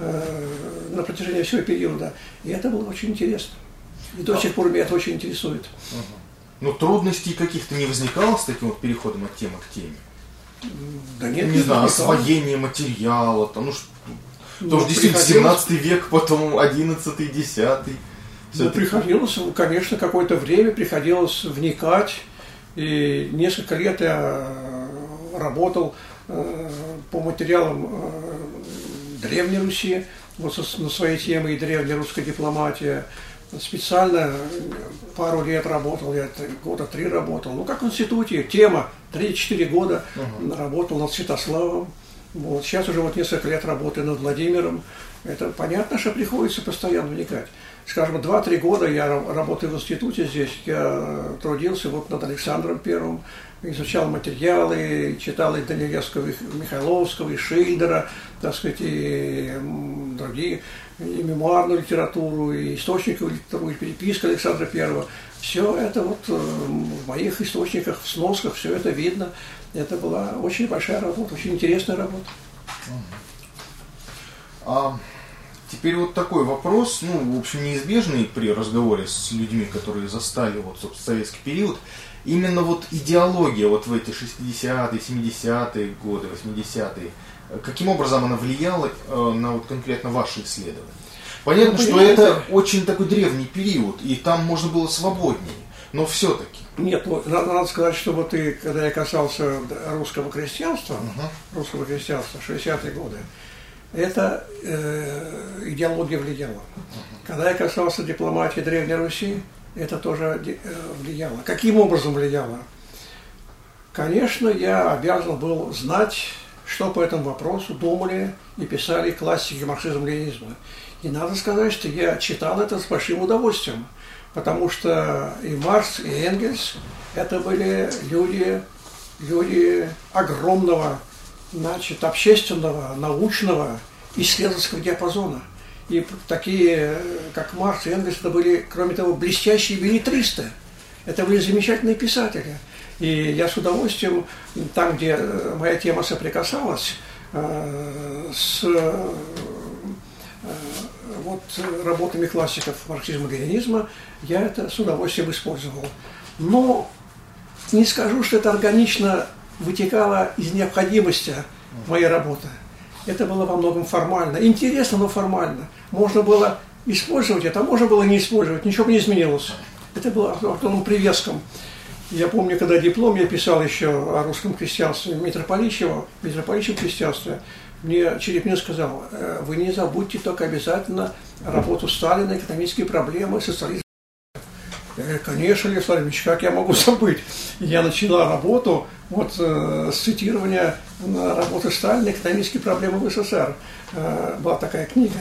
на протяжении всего периода. И это было очень интересно. И до сих пор меня это очень интересует. Но трудностей каких-то не возникало с таким вот переходом от темы к теме? Да нет, не знаю, освоение материала, потому что тоже действительно 17 век, потом 11-й, 10-й. Приходилось, конечно, какое-то время приходилось вникать. И несколько лет я работал по материалам Древней Руси, вот на своей теме и древнерусская дипломатия. Специально пару лет работал, я года 3 работал. Как в институте, тема, 3-4 года работал над Святославом. Вот. Сейчас уже вот несколько лет работаю над Владимиром. Это понятно, что приходится постоянно вникать. Скажем, 2-3 года я работаю в институте здесь, я трудился вот над Александром Первым, изучал материалы, читал и Данилевского, и Михайловского, и Шильдера, так сказать, и другие, и мемуарную литературу, и источниковую литературу, и переписку Александра Первого. Все это вот в моих источниках, в сносках, все это видно. Это была очень большая работа, очень интересная работа. Теперь вот такой вопрос, в общем, неизбежный при разговоре с людьми, которые застали вот, собственно, советский период. Именно вот идеология вот в эти 60-е, 70-е годы, 80-е, каким образом она влияла на вот конкретно ваши исследования? Понятно, что это очень такой древний период, и там можно было свободнее, но все-таки. Нет, надо сказать, что вот когда я касался русского крестьянства, 60-е годы, это идеология влияла. Когда я касался дипломатии Древней Руси, это тоже влияло. Каким образом влияло? Конечно, я обязан был знать, что по этому вопросу думали и писали классики марксизма-ленинизма. И надо сказать, что я читал это с большим удовольствием, потому что и Маркс, и Энгельс – это были люди огромного, общественного, научного, исследовательского диапазона. И такие, как Маркс и Энгельс, это были, кроме того, блестящие беллетристы. Это были замечательные писатели. И я с удовольствием, там, где моя тема соприкасалась с работами классиков марксизма-ленинизма, я это с удовольствием использовал. Но не скажу, что это органично вытекало из необходимости моей работы. Это было во многом формально. Интересно, но формально. Можно было использовать это, а можно было не использовать. Ничего бы не изменилось. Это было автономным привеском. Я помню, когда диплом я писал еще о русском крестьянстве, митрополичьем крестьянстве, мне Черепнин сказал: вы не забудьте только обязательно работу Сталина, экономические проблемы, социализм. Я говорю: конечно, Лев Владимирович, как я могу забыть? И я начала работу с цитирования работы Сталина «Экономические проблемы в СССР». Была такая книга.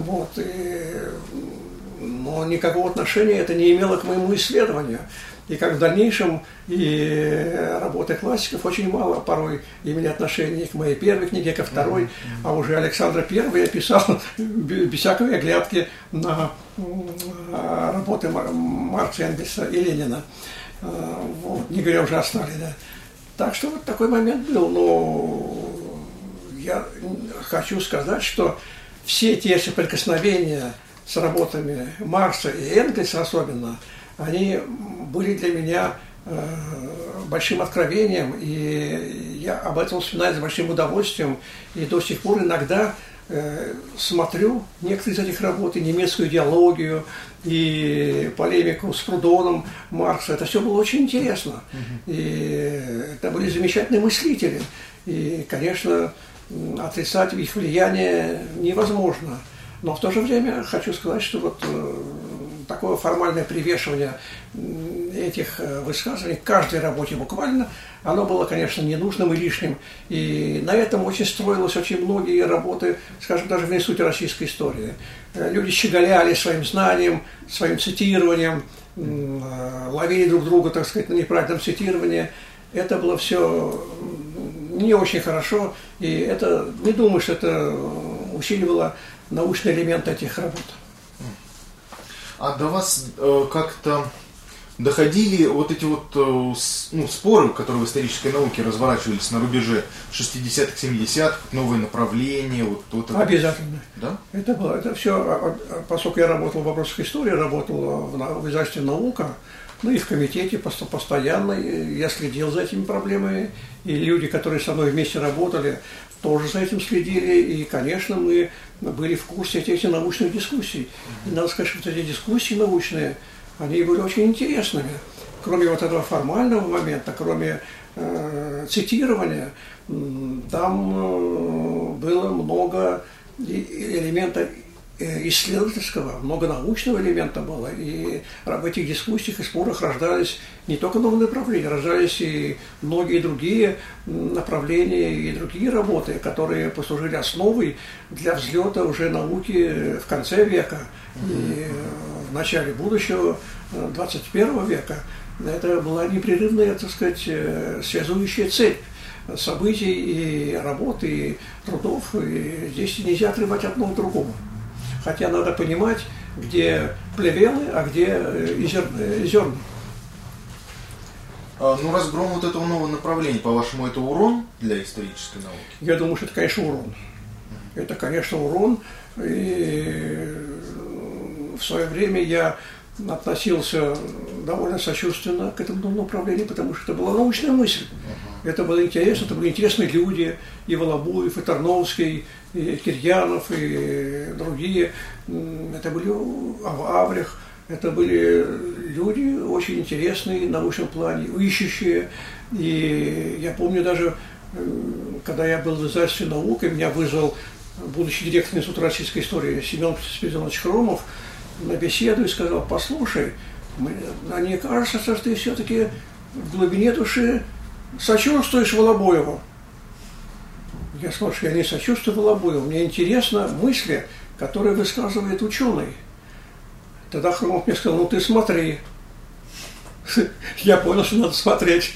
Но никакого отношения это не имело к моему исследованию. И как в дальнейшем и работы классиков очень мало порой имели отношения к моей первой книге, ко второй, а уже Александра I я писал без всякой оглядки на работы Маркса, Энгельса и Ленина. Не говоря уже о Сталине. Так что вот такой момент был. Но я хочу сказать, что все те соприкосновения с работами Маркса и Энгельса особенно, они были для меня большим откровением, и я об этом вспоминаю с большим удовольствием, и до сих пор иногда смотрю некоторые из этих работ, и немецкую идеологию, и полемику с Прудоном Маркса. Это все было очень интересно. И это были замечательные мыслители. И, конечно, отрицать их влияние невозможно. Но в то же время хочу сказать, что такое формальное привешивание этих высказываний к каждой работе буквально, оно было, конечно, ненужным и лишним. И на этом очень строилось очень многие работы, скажем, даже в Институте российской истории. Люди щеголяли своим знанием, своим цитированием, ловили друг друга, так сказать, на неправильном цитировании. Это было все не очень хорошо, и это, не думаю, что это усиливало научный элемент этих работ. А до вас как-то доходили вот эти споры, которые в исторической науке разворачивались на рубеже 60-х, 70-х, новые направления? Обязательно. Да? Это все, поскольку я работал в вопросах истории, работал в издательстве «Наука», и в комитете постоянно я следил за этими проблемами, и люди, которые со мной вместе работали, тоже за этим следили, и, конечно, мы были в курсе этих научных дискуссий. И надо сказать, что эти дискуссии научные, они были очень интересными. Кроме этого формального момента, кроме цитирования, там было много элементов исследовательского, много научного элемента было. И в этих дискуссиях и спорах рождались не только новые направления, рождались и многие другие направления и другие работы, которые послужили основой для взлета уже науки в конце века и в начале будущего 21 века. Это была непрерывная, так сказать, связующая цепь событий и работ, и трудов. И здесь нельзя отрывать одно от другого. Хотя надо понимать, где плевелы, а где зерна. Ну, разгром вот этого нового направления, по-вашему, это урон для исторической науки? Я думаю, что это, конечно, урон. Это, конечно, урон. И в свое время я относился довольно сочувственно к этому направлению, потому что это была научная мысль. Это было интересно, это были интересные люди, и Волобуев, и Тарновский, и Кирьянов, и другие. Это были Аврих. Это были люди очень интересные в научном плане, ищущие. И я помню даже, когда я был в издательстве «Наука», меня вызвал, будущий директор Института российской истории Семен Спиридонович Хромов, на беседу и сказал: послушай, мне кажется, что ты все-таки в глубине души сочувствуешь Волобуеву. Я сказал, что я не сочувствую Волобуеву, мне интересны мысли, которые высказывает ученый. Тогда Хромов мне сказал: ну ты смотри. Я понял, что надо смотреть.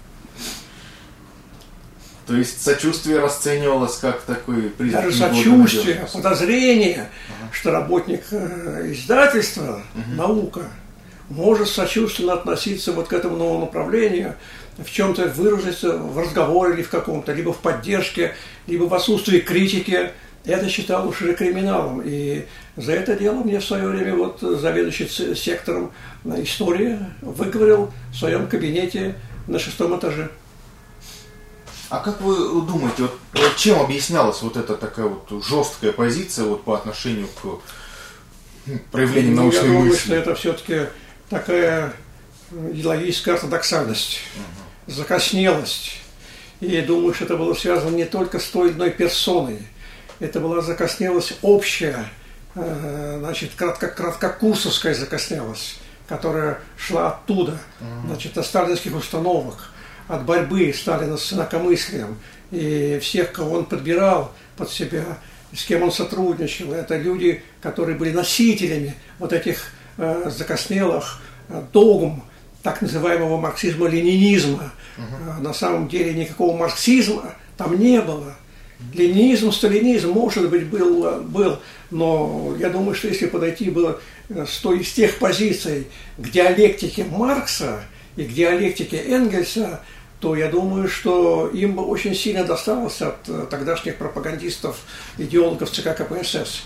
То есть сочувствие расценивалось как такой признак? Даже сочувствие, подозрение, что работник издательства «Наука» может сочувственно относиться вот к этому новому направлению, в чем-то выразиться в разговоре или в каком-то, либо в поддержке, либо в отсутствии критики. Это считал уже криминалом. И за это дело мне в свое время вот заведующий сектором истории выговорил в своем кабинете на 6-м этаже. А как вы думаете, вот, чем объяснялась вот эта такая вот жесткая позиция вот, по отношению к проявлению научной мысли? Я думаю, что это все-таки такая идеологическая ортодоксальность, закоснелость. И я думаю, что это было связано не только с той одной персоной. Это была закоснелость общая, значит, краткокурсовская закоснелость, которая шла оттуда, значит, от сталинских установок, от борьбы Сталина с инакомыслием. И всех, кого он подбирал под себя, с кем он сотрудничал, это люди, которые были носителями вот этих закоснелых догм так называемого марксизма-ленинизма. На самом деле никакого марксизма там не было. Ленинизм, сталинизм, может быть, был, но я думаю, что если подойти было из тех позиций к диалектике Маркса и к диалектике Энгельса, то я думаю, что им бы очень сильно досталось от тогдашних пропагандистов, идеологов ЦК КПСС.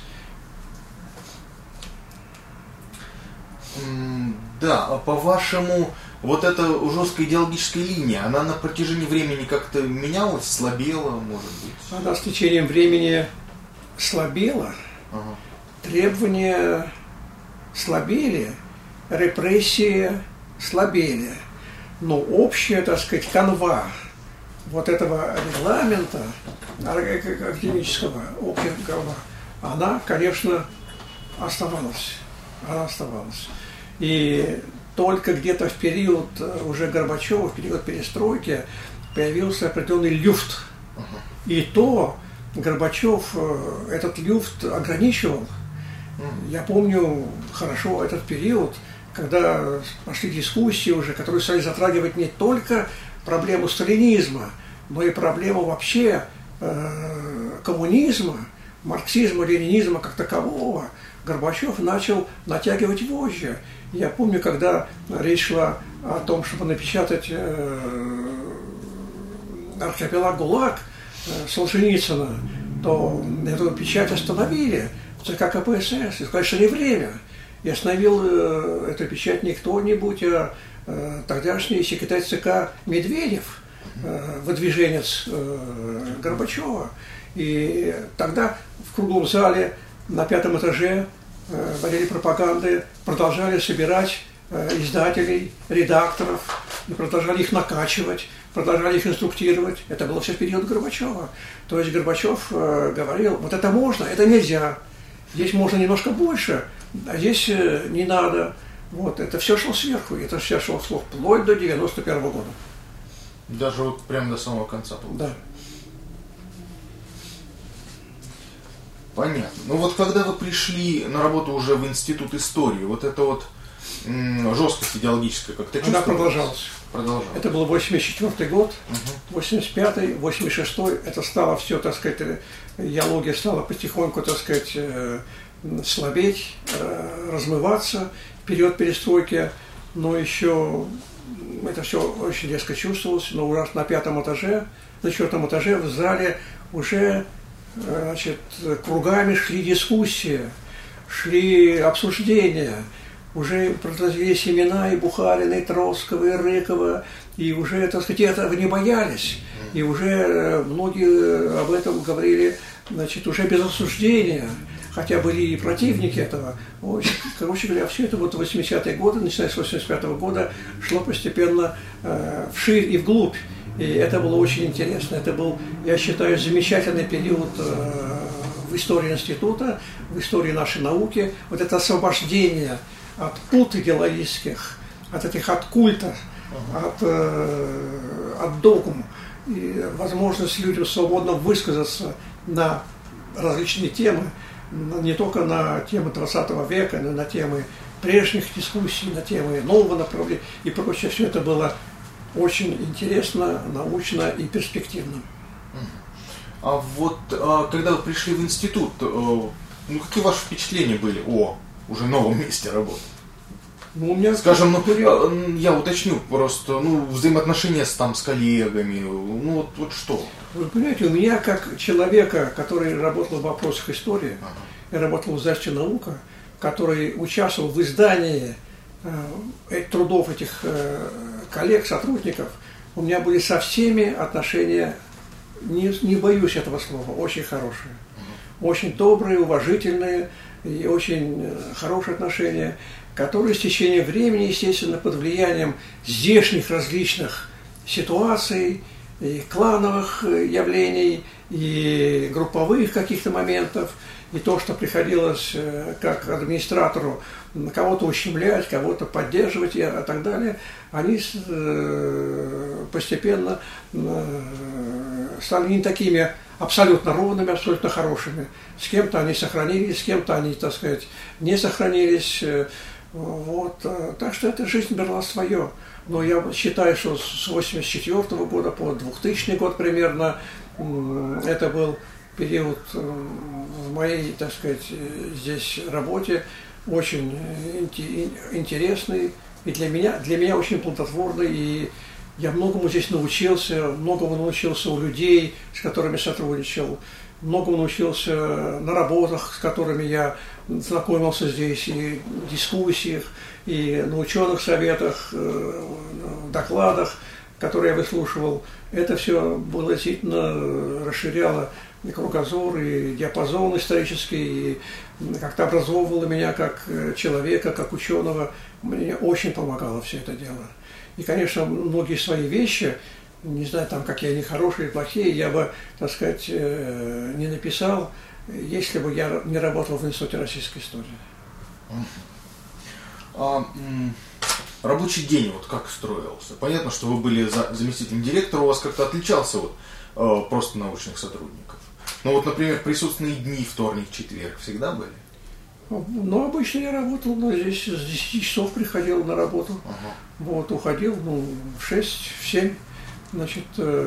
Да, а по-вашему, вот эта жесткая идеологическая линия, она на протяжении времени как-то менялась, слабела, может быть? Она с течением времени слабела, требования слабели, репрессии слабели. Но общая, так сказать, канва вот этого регламента академического, общая канва, она, конечно, оставалась. Она оставалась. И только где-то в период уже Горбачева, в период перестройки, появился определенный люфт. И то Горбачев этот люфт ограничивал. Я помню хорошо этот период, когда пошли дискуссии уже, которые стали затрагивать не только проблему сталинизма, но и проблему вообще коммунизма, марксизма, ленинизма как такового. Горбачев начал натягивать вожжи. Я помню, когда речь шла о том, чтобы напечатать «Архипелаг ГУЛАГ» Солженицына, то эту печать остановили в ЦК КПСС. И сказали, что не время. И остановил эту печать не кто-нибудь, а тогдашний секретарь ЦК Медведев, выдвиженец Горбачева. И тогда в круглом зале на 5-м этаже в отделе пропаганды продолжали собирать издателей, редакторов, и продолжали их накачивать, продолжали их инструктировать. Это было все в период Горбачева. То есть Горбачев говорил, вот это можно, это нельзя. Здесь можно немножко больше, а здесь не надо. Вот, это все шло сверху, это все шло вплоть до 91-го года. Даже вот прямо до самого конца. Да. Понятно. Ну вот когда вы пришли на работу уже в Институт истории, вот это вот жесткость идеологическая как-то чувствовалась? Она продолжалась. Продолжалась. Это был 84 год, 85-й, 86-й, это стало все, так сказать, идеология стала потихоньку, так сказать, слабеть, размываться в период перестройки, но еще это все очень резко чувствовалось, но уже на 5-м этаже, на 4-м этаже в зале уже, значит, кругами шли дискуссии, шли обсуждения, уже произносились имена и Бухарина, и Троцкого, и Рыкова, и уже, так сказать, этого не боялись, и уже многие об этом говорили, значит, уже без осуждения, хотя были и противники этого. Короче говоря, все это вот в 80-е годы, начиная с 85-го года, шло постепенно вширь и вглубь. И это было очень интересно. Это был, я считаю, замечательный период в истории института, в истории нашей науки. Вот это освобождение от пут идеологических, от культа, от догм. И возможность людям свободно высказаться на различные темы, не только на темы 20 века, но и на темы прежних дискуссий, на темы нового направления и прочее. Все это было очень интересно, научно и перспективно. А вот когда вы пришли в институт, какие ваши впечатления были о уже новом месте работы? Ну, у меня, скажем, я уточню просто, взаимоотношения с коллегами, вот что? Вы понимаете, у меня как человека, который работал в вопросах истории, я работал в издательстве «Наука», который участвовал в издании трудов этих коллег, сотрудников, у меня были со всеми отношения, не боюсь этого слова, очень хорошие, очень добрые, уважительные и очень хорошие отношения, которые с течением времени, естественно, под влиянием здешних различных ситуаций, и клановых явлений, и групповых каких-то моментов, и то, что приходилось как администратору кого-то ущемлять, кого-то поддерживать и так далее, они постепенно стали не такими абсолютно ровными, абсолютно хорошими. С кем-то они сохранились, с кем-то они, так сказать, не сохранились. Вот. Так что эта жизнь брала свое. Но я считаю, что с 1984 года по 2000 год примерно это был период в моей, так сказать, здесь работе очень интересный и для меня очень плодотворный. И я многому здесь научился у людей, с которыми сотрудничал, многому научился на работах, с которыми я знакомился здесь, и в дискуссиях, и на ученых советах, докладах, которые я выслушивал. Это все было действительно расширяло и кругозор, и диапазон исторический, и как-то образовывало меня как человека, как ученого. Мне очень помогало все это дело. И, конечно, многие свои вещи, не знаю, какие они хорошие или плохие, я бы, так сказать, не написал, если бы я не работал в Институте российской истории. Рабочий день как строился? Понятно, что вы были заместителем директора, у вас как-то отличался от просто научных сотрудников. Но например, присутственные дни, вторник, четверг, всегда были? Ну, обычно я работал, здесь с 10 часов приходил на работу. Вот, уходил, в 6, в 7, значит,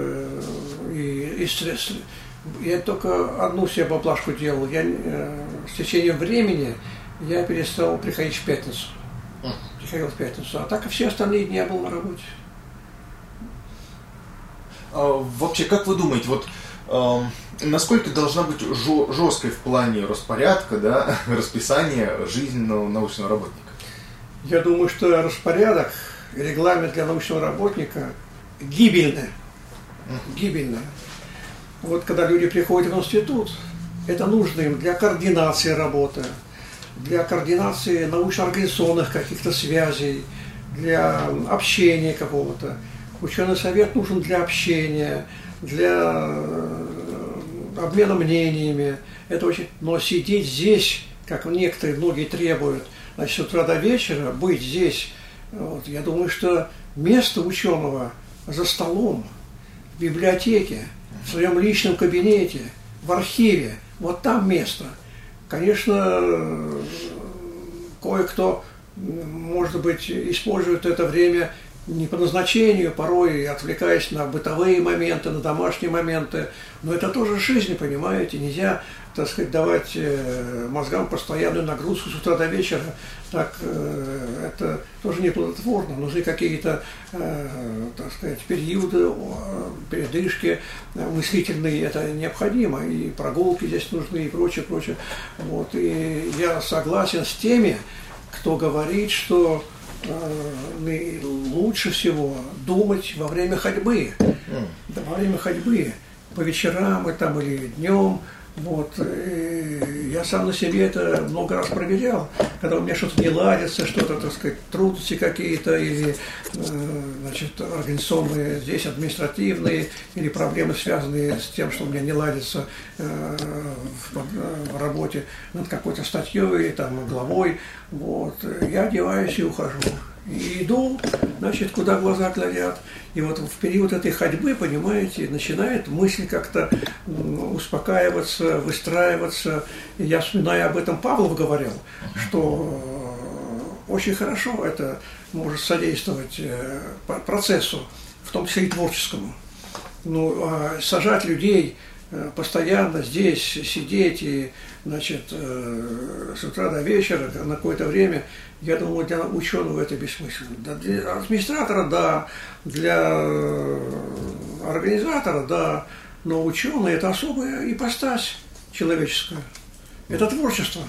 и стресс. Я только одну себе поблажку делал. С течением времени я перестал приходить в пятницу. Приходил в пятницу. А так и все остальные дни я был на работе. Вообще, как вы думаете, насколько должна быть жесткой в плане распорядка, расписания жизнь научного работника? Я думаю, что распорядок, регламент для научного работника гибельный. Гибельный. Вот когда люди приходят в институт, это нужно им для координации работы, для координации научно-организационных каких-то связей, для общения какого-то. Ученый совет нужен для общения, для обмена мнениями. Это очень... Но сидеть здесь, как многие требуют, значит, с утра до вечера, быть здесь, я думаю, что место ученого за столом, в библиотеке, в своем личном кабинете, в архиве, вот там место. Конечно, кое-кто, может быть, использует это время не по назначению, порой отвлекаясь на бытовые моменты, на домашние моменты. Но это тоже жизнь, понимаете, нельзя, так сказать, давать мозгам постоянную нагрузку с утра до вечера. Так это тоже неплодотворно. Нужны какие-то, так сказать, периоды, передышки мыслительные, это необходимо. И прогулки здесь нужны, и прочее, прочее. Вот. И я согласен с теми, кто говорит, что лучше всего думать во время ходьбы. Во время ходьбы, по вечерам или днем. Вот. И я сам на себе это много раз проверял, когда у меня что-то не ладится, что-то, так сказать, трудности какие-то, или организационные здесь, административные, или проблемы, связанные с тем, что у меня не ладится в работе над какой-то статьей, главой. Вот. Я одеваюсь и ухожу. И иду, куда глаза глядят. И вот в период этой ходьбы, понимаете, начинает мысль как-то успокаиваться, выстраиваться. И я, вспоминая об этом, Павлов говорил, что очень хорошо это может содействовать процессу, в том числе и творческому. Сажать людей постоянно здесь, сидеть и, с утра до вечера на какое-то время, я думаю, для ученого это бессмысленно. Для администратора, да, для организатора, да, но ученый – это особая ипостась человеческая. Это творчество.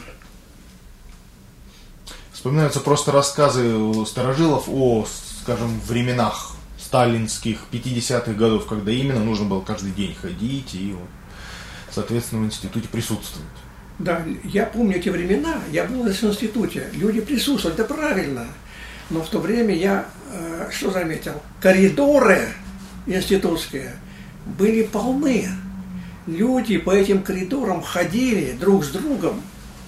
Вспоминаются просто рассказы старожилов о, скажем, временах сталинских 50-х годов, когда именно нужно было каждый день ходить и, соответственно, в институте присутствовать. Да, я помню эти времена, я был в институте, люди присутствовали, это правильно. Но в то время я, что заметил, коридоры институтские были полны. Люди по этим коридорам ходили друг с другом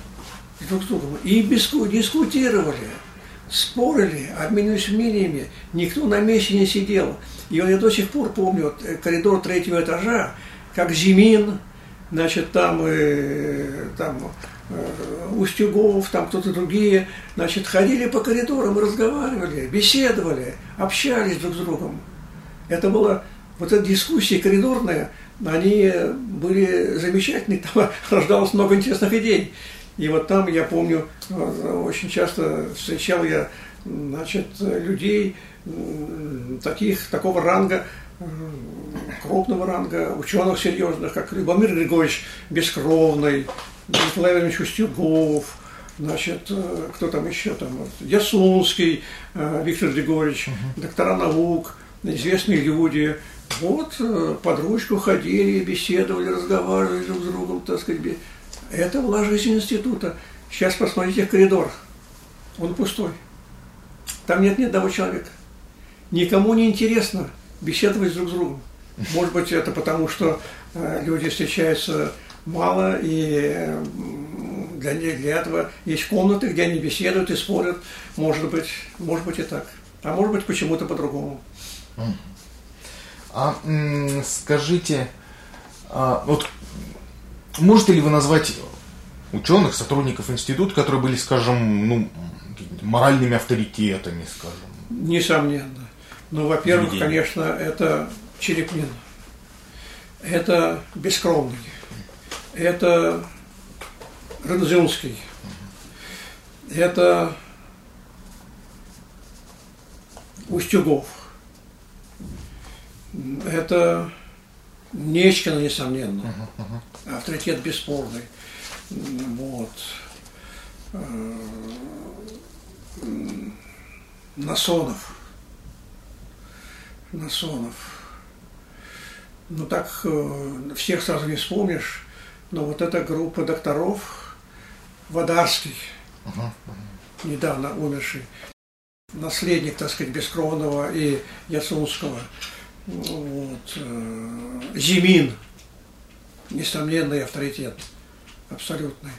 и дискутировали, спорили, обменивались мнениями, никто на месте не сидел. И я до сих пор помню коридор 3-го этажа, как Зимин, Устюгов, кто-то другие, ходили по коридорам и разговаривали, беседовали, общались друг с другом. Это было, эта дискуссия коридорная, они были замечательные, там рождалось много интересных идей. И там, я помню, очень часто встречал я, людей такого ранга, крупного ранга, ученых серьезных, как Любомир Григорьевич Бескровный, Николай Иванович Устюгов, кто там еще, Ясунский Виктор Григорьевич, доктора наук, известные люди. Под ручку ходили, беседовали, разговаривали друг с другом, так сказать. Это была жизнь института. Сейчас посмотрите коридор, он пустой. Там нет ни одного человека. Никому не интересно беседовать друг с другом. Может быть, это потому, что люди встречаются мало, и для этого есть комнаты, где они беседуют и спорят. Может быть и так. А может быть, почему-то по-другому. Скажите, можете ли вы назвать ученых, сотрудников института, которые были, скажем, моральными авторитетами, скажем? Несомненно. Во-первых, конечно, это Черепнин, это Бескровный, это Рынзюнский, это Устюгов, это Нечкина, несомненно, авторитет бесспорный. Насонов. Так всех сразу не вспомнишь, но эта группа докторов, Водарский, недавно умерший, наследник, так сказать, Бескровного и Ясунского, Зимин, несомненный авторитет, абсолютный.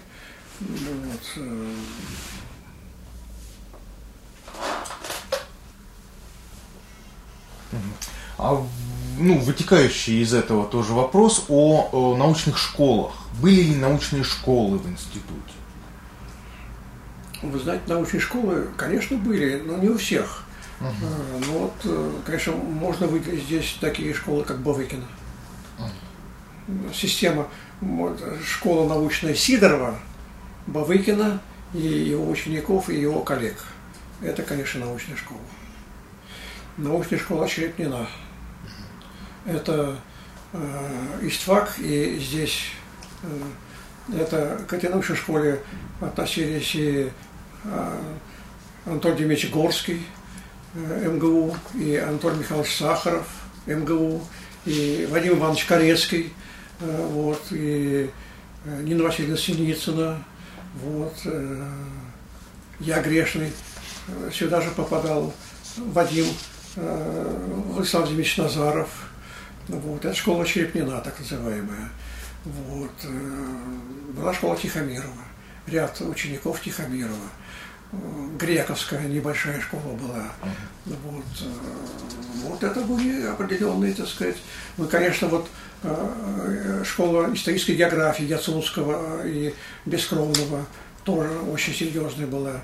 Вытекающий из этого тоже вопрос о научных школах. Были ли научные школы в институте? Вы знаете, научные школы, конечно, были, но не у всех. Ну вот, конечно, можно выделить здесь такие школы, как Бавыкина. Система, школа научная Сидорова, Бавыкина и его учеников, и его коллег. Это, конечно, научная школа. Научная школа Черепнина. Это ИСТФАК, и здесь это к этой научной школе относились и Анатолий Дмитриевич Горский, МГУ, и Анатолий Михайлович Сахаров, МГУ, и Вадим Иванович Корецкий, вот, и Нина Васильевна Синицына, вот, я грешный, сюда же попадал Вадим Александр Демьевич Назаров, вот, это школа Черепнина, так называемая, вот, была школа Тихомирова, ряд учеников Тихомирова. Грековская небольшая школа была. Вот это были определенные, так сказать. Ну, конечно, вот школа исторической географии Яцунского и Бескровного тоже очень серьезная была.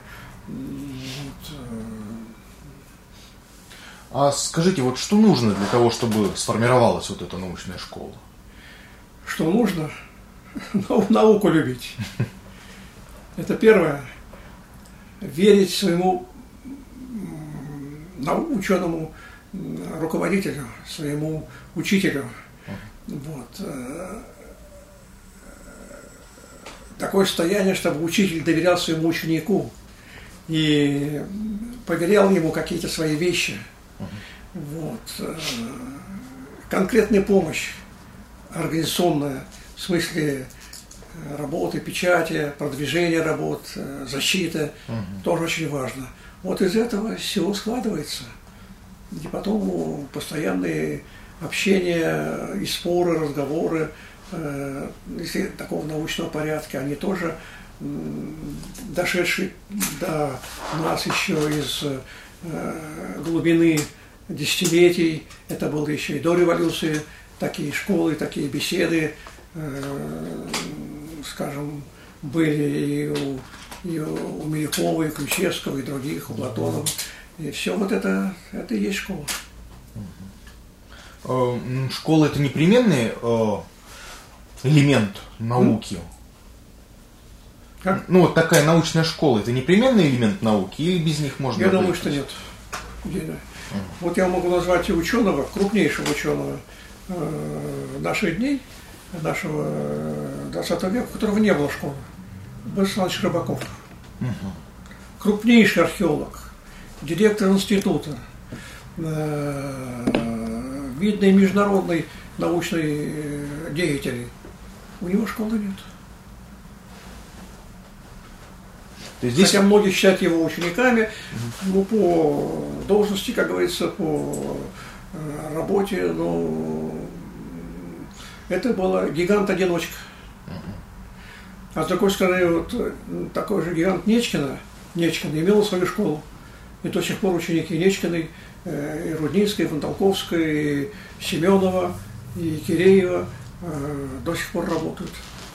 А скажите, вот что нужно для того, чтобы сформировалась вот эта научная школа? Что нужно? Науку любить. Это первое. Верить своему ученому руководителю, своему учителю. Вот. Такое состояние, чтобы учитель доверял своему ученику и поверял ему какие-то свои вещи. Вот. Конкретная помощь организационная, в смысле работы, печати, продвижения работ, защиты, тоже очень важно. Вот из этого всего складывается. И потом постоянные общения и споры, разговоры, если такого научного порядка, они тоже дошедшие до нас еще из глубины десятилетий, это было еще и до революции, такие школы, такие беседы, скажем, были и у Милюкова, и Ключевского, и других, у Платонова. И все вот это и есть школа. Школа – это непременный элемент науки? Как? Ну, вот такая научная школа – это непременный элемент науки, или без них можно Я думаю, что нет. Вот я могу назвать и ученого, крупнейшего ученого наших дней, нашего 20 века, у которого не было школы. Борис Иванович Рыбаков. Крупнейший археолог, директор института, видный международный научный деятель. У него школы нет. Здесь... Хотя многие считают его учениками, ну, по должности, как говорится, по работе, но это было гигант-одиночка. А с другой стороны, вот такой же гигант Нечкин имел свою школу. И до сих пор ученики Нечкиной, и Рудницкой, и Фонтолковской, и Семенова, и Киреева до сих пор работают.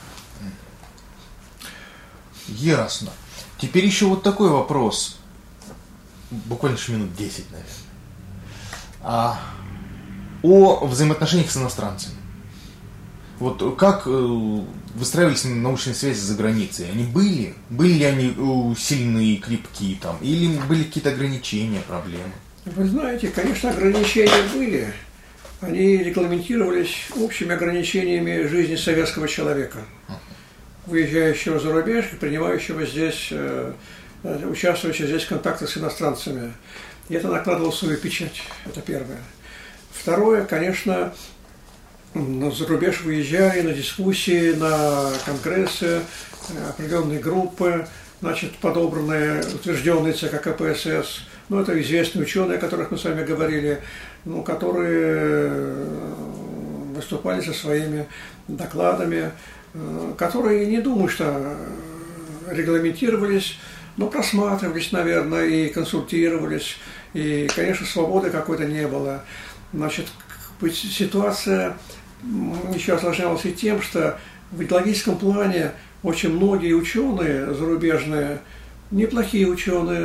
Ясно. Теперь еще вот такой вопрос. Буквально еще минут 10, наверное. О взаимоотношениях с иностранцами. Вот как выстраивались научные связи за границей? Они были? Были ли они сильные, крепкие там? Или были какие-то ограничения, проблемы? Вы знаете, конечно, ограничения были. Они регламентировались общими ограничениями жизни советского человека, выезжающего за рубеж и принимающего здесь, участвующего здесь в контактах с иностранцами. И это накладывало свою печать. Это первое. Второе, конечно, за рубеж выезжали на дискуссии, на конгрессы, определенные группы, значит, подобранные, утвержденные ЦК КПСС, ну, это известные ученые, о которых мы с вами говорили, ну, которые выступали со своими докладами, которые, не думаю, что регламентировались, но просматривались, наверное, и консультировались, и, конечно, свободы какой-то не было. Значит, ситуация еще осложнялась и тем, что в идеологическом плане очень многие ученые зарубежные, неплохие ученые,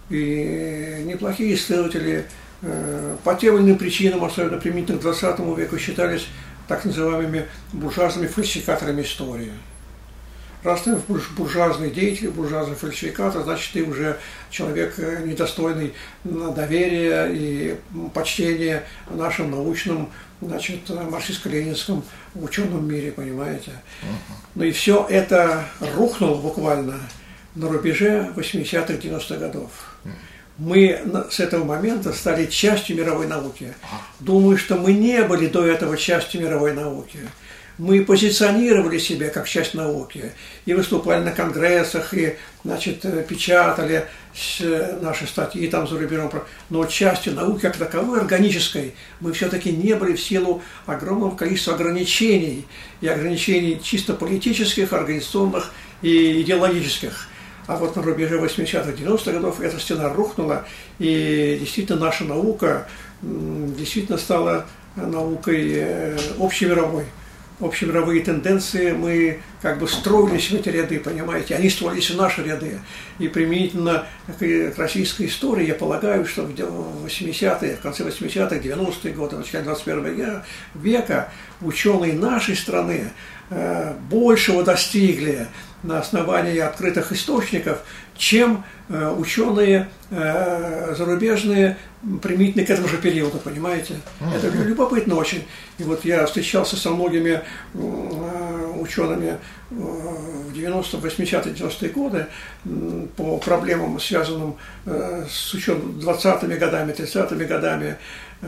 и неплохие исследователи по тем или иным причинам, особенно применительно к 20 веку, считались так называемыми буржуазными фальсификаторами истории. Раз ты буржуазный деятель, буржуазный фальсификатор, значит, ты уже человек недостойный доверия и почтения в нашем научном, значит, марксистско-ленинском ученом мире, понимаете. Ну и все это рухнуло буквально на рубеже 80-х, 90-х годов. Мы с этого момента стали частью мировой науки. Думаю, что мы не были до этого частью мировой науки. Мы позиционировали себя как часть науки и выступали на конгрессах, и, значит, печатали наши статьи там за рубежом. Но частью науки как таковой, органической, мы все-таки не были в силу огромного количества ограничений. И ограничений чисто политических, организационных и идеологических. А вот на рубеже 80-х, 90-х годов эта стена рухнула, и действительно наша наука действительно стала наукой общемировой. Общемировые тенденции, мы как бы строились в эти ряды, понимаете, они строились в наши ряды. И применительно к российской истории, я полагаю, что в 80-е, в конце 80-х, 90-е годы, в начале 21 века ученые нашей страны большего достигли на основании открытых источников, чем ученые зарубежные применительно к этому же периоду, понимаете? Это любопытно очень. И вот я встречался со многими учеными в 90-е, 80-е, 90-е годы по проблемам, связанным с учетом 20-ми годами, 30-ми годами,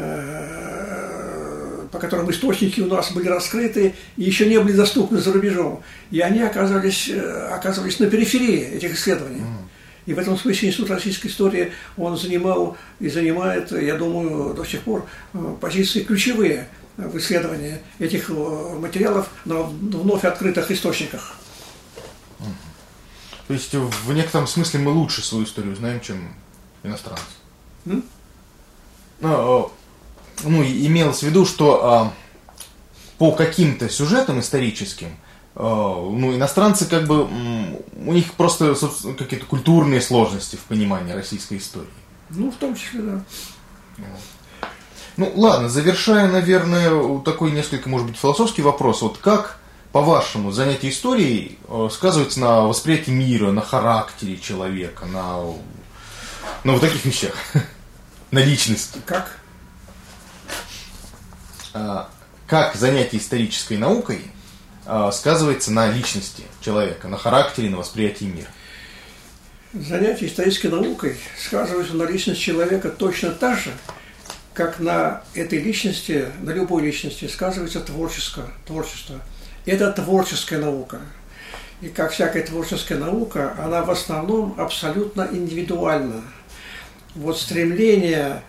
по которым источники у нас были раскрыты и еще не были доступны за рубежом. И они оказывались на периферии этих исследований. И в этом смысле Институт российской истории, он занимал и занимает, я думаю, до сих пор позиции ключевые в исследовании этих материалов на вновь открытых источниках. То есть в некотором смысле мы лучше свою историю знаем, чем иностранцы? Ну, имелось в виду, что по каким-то сюжетам историческим, ну, иностранцы как бы, у них просто какие-то культурные сложности в понимании российской истории. Ну, в том числе, да. Ну, ладно, завершая, наверное, такой несколько, может быть, философский вопрос. Вот как, по-вашему, занятие историей сказывается на восприятии мира, на характере человека, на вот таких вещах, на личности? Как? Как занятие исторической наукой сказывается на личности человека, на характере, на восприятии мира? Занятие исторической наукой сказывается на личности человека точно так же, как на этой личности, на любой личности сказывается творчество. Это творческая наука. И как всякая творческая наука, она в основном абсолютно индивидуальна. Вот стремление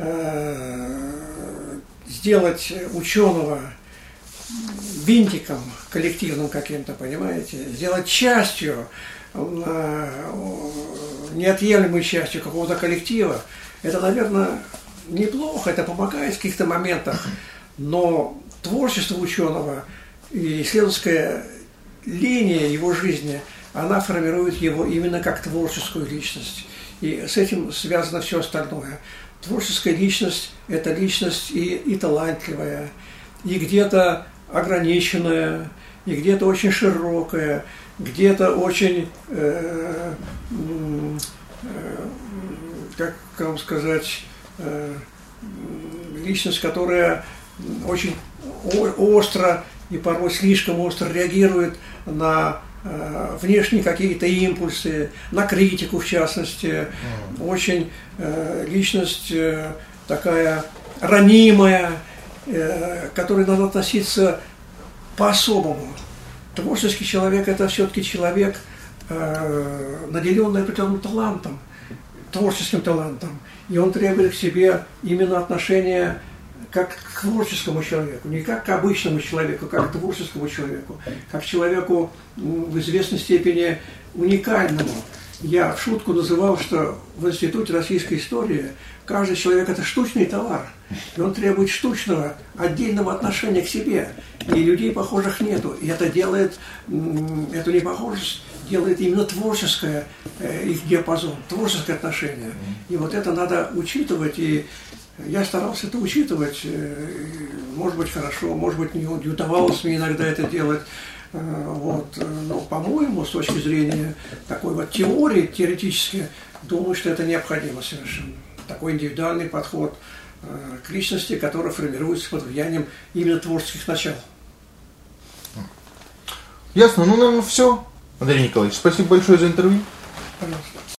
сделать ученого винтиком коллективным каким-то, понимаете, сделать частью, неотъемлемой частью какого-то коллектива, это, наверное, неплохо, это помогает в каких-то моментах, но творчество ученого и исследовательская линия его жизни, она формирует его именно как творческую личность. И с этим связано все остальное. Творческая личность – это личность и талантливая, и где-то ограниченная, и где-то очень широкая, где-то очень, как вам сказать, личность, которая очень остро и порой слишком остро реагирует на внешние какие-то импульсы, на критику в частности, очень личность такая ранимая, к которой надо относиться по-особому. Творческий человек – это все-таки человек, наделенный определенным талантом, творческим талантом, и он требует к себе именно отношения как к творческому человеку, не как к обычному человеку, как к творческому человеку, как к человеку в известной степени уникальному. Я в шутку называл, что в Институте российской истории каждый человек – это штучный товар, и он требует штучного, отдельного отношения к себе, и людей похожих нету. И это делает, эту непохожесть делает именно творческое, их диапазон, творческое отношение. И вот это надо учитывать, и я старался это учитывать, может быть, хорошо, может быть, не удавалось мне иногда это делать. Вот. Но, по-моему, с точки зрения такой вот теории, теоретически, думаю, что это необходимо совершенно. Такой индивидуальный подход к личности, который формируется под влиянием именно творческих начал. Ясно. Ну, наверное, все. Андрей Николаевич, спасибо большое за интервью. Пожалуйста.